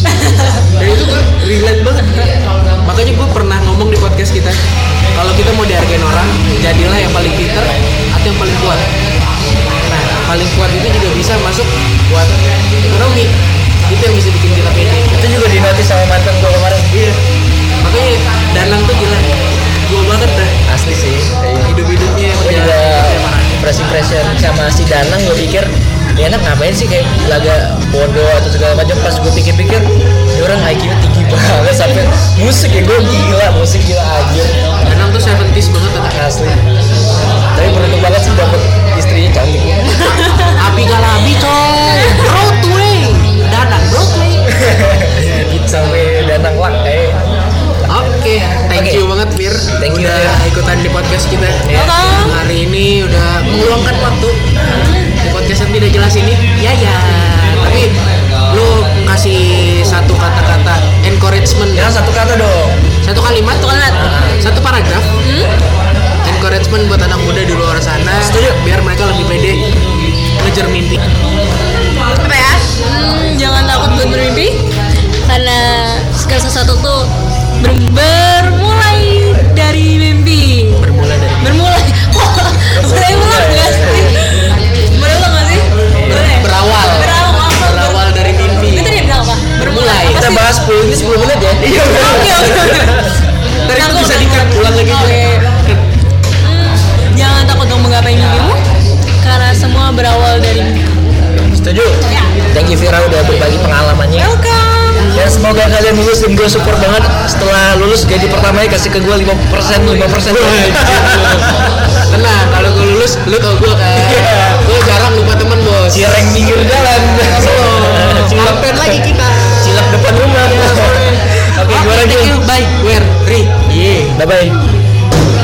S2: Dan itu gue relate banget. Makanya gue pernah ngomong di podcast kita, kalau kita mau dihargain orang, jadilah yang paling pinter atau yang paling kuat. Nah, paling kuat itu juga bisa masuk buat ekonomi. Itu yang bisa bikin kita pede.
S1: Itu juga dinotis sama mantan gue kemarin.
S2: Iya. Makanya Danang tuh gila. Gue banget dah.
S1: Asli sih.
S2: Hidup-hidupnya
S1: Gue juga first impression sama si Danang, gue pikir dia enak ngapain sih kayak laga bodoh atau segala macam. Pas gue pikir-pikir dia orang I Q-nya tinggi banget sampai musik ya, gue gila musik gila aja.
S2: Danang tuh seventies banget kan.
S1: Asli. Tapi beruntung banget sih dapet istrinya cantik.
S2: Api galabi coy. Broadway. Danang Broadway.
S1: Gitu sampai Danang lak kayak.
S2: Oke, thank
S1: Oke.
S2: you banget Fir.
S1: Thank you,
S2: udah
S1: Fir.
S2: ikutan di podcast kita.
S1: Ya.
S2: Hari ini udah meluangkan waktu di podcast yang tidak jelas ini. Ya ya. Tapi lu kasih satu kata-kata encouragement
S1: Ya satu kata dong.
S2: satu kalimat, satu kalimat, satu paragraf. Encouragement buat anak muda di luar sana.
S1: Setuju.
S2: Biar mereka lebih pede ngejar mimpi.
S3: Apa ya? Hmm, jangan takut buat bermimpi, karena segala sesuatu tuh ber- bermulai dari mimpi.
S2: Bermula dari
S3: Bermulai. Wah, boleh ulang nggak sih? Boleh ulang nggak sih? Boleh.
S2: berawal.
S3: Berawal.
S2: Berawal dari mimpi.
S3: Itu dia bilang apa?
S2: Bermulai.
S1: Kita bahas sepuluh ini sepuluh menit ya.
S3: Oke oke.
S1: lagi Vira udah berbagi pengalamannya.
S3: Welcome.
S1: Dan semoga kalian lulus dan gue support banget setelah lulus jadi pertamanya kasih ke gue lima persen lima persen.
S2: Tenang, kalau gue lulus, lu tau gue kan. Gue jarang lupa temen bos.
S1: Cireng pinggir jalan.
S2: Cilap lagi kita.
S1: Cilap depan rumah. Oke, gimana
S2: Thank
S1: Gil?
S2: you, bye. Where? Ri. Yeah.
S1: Bye bye.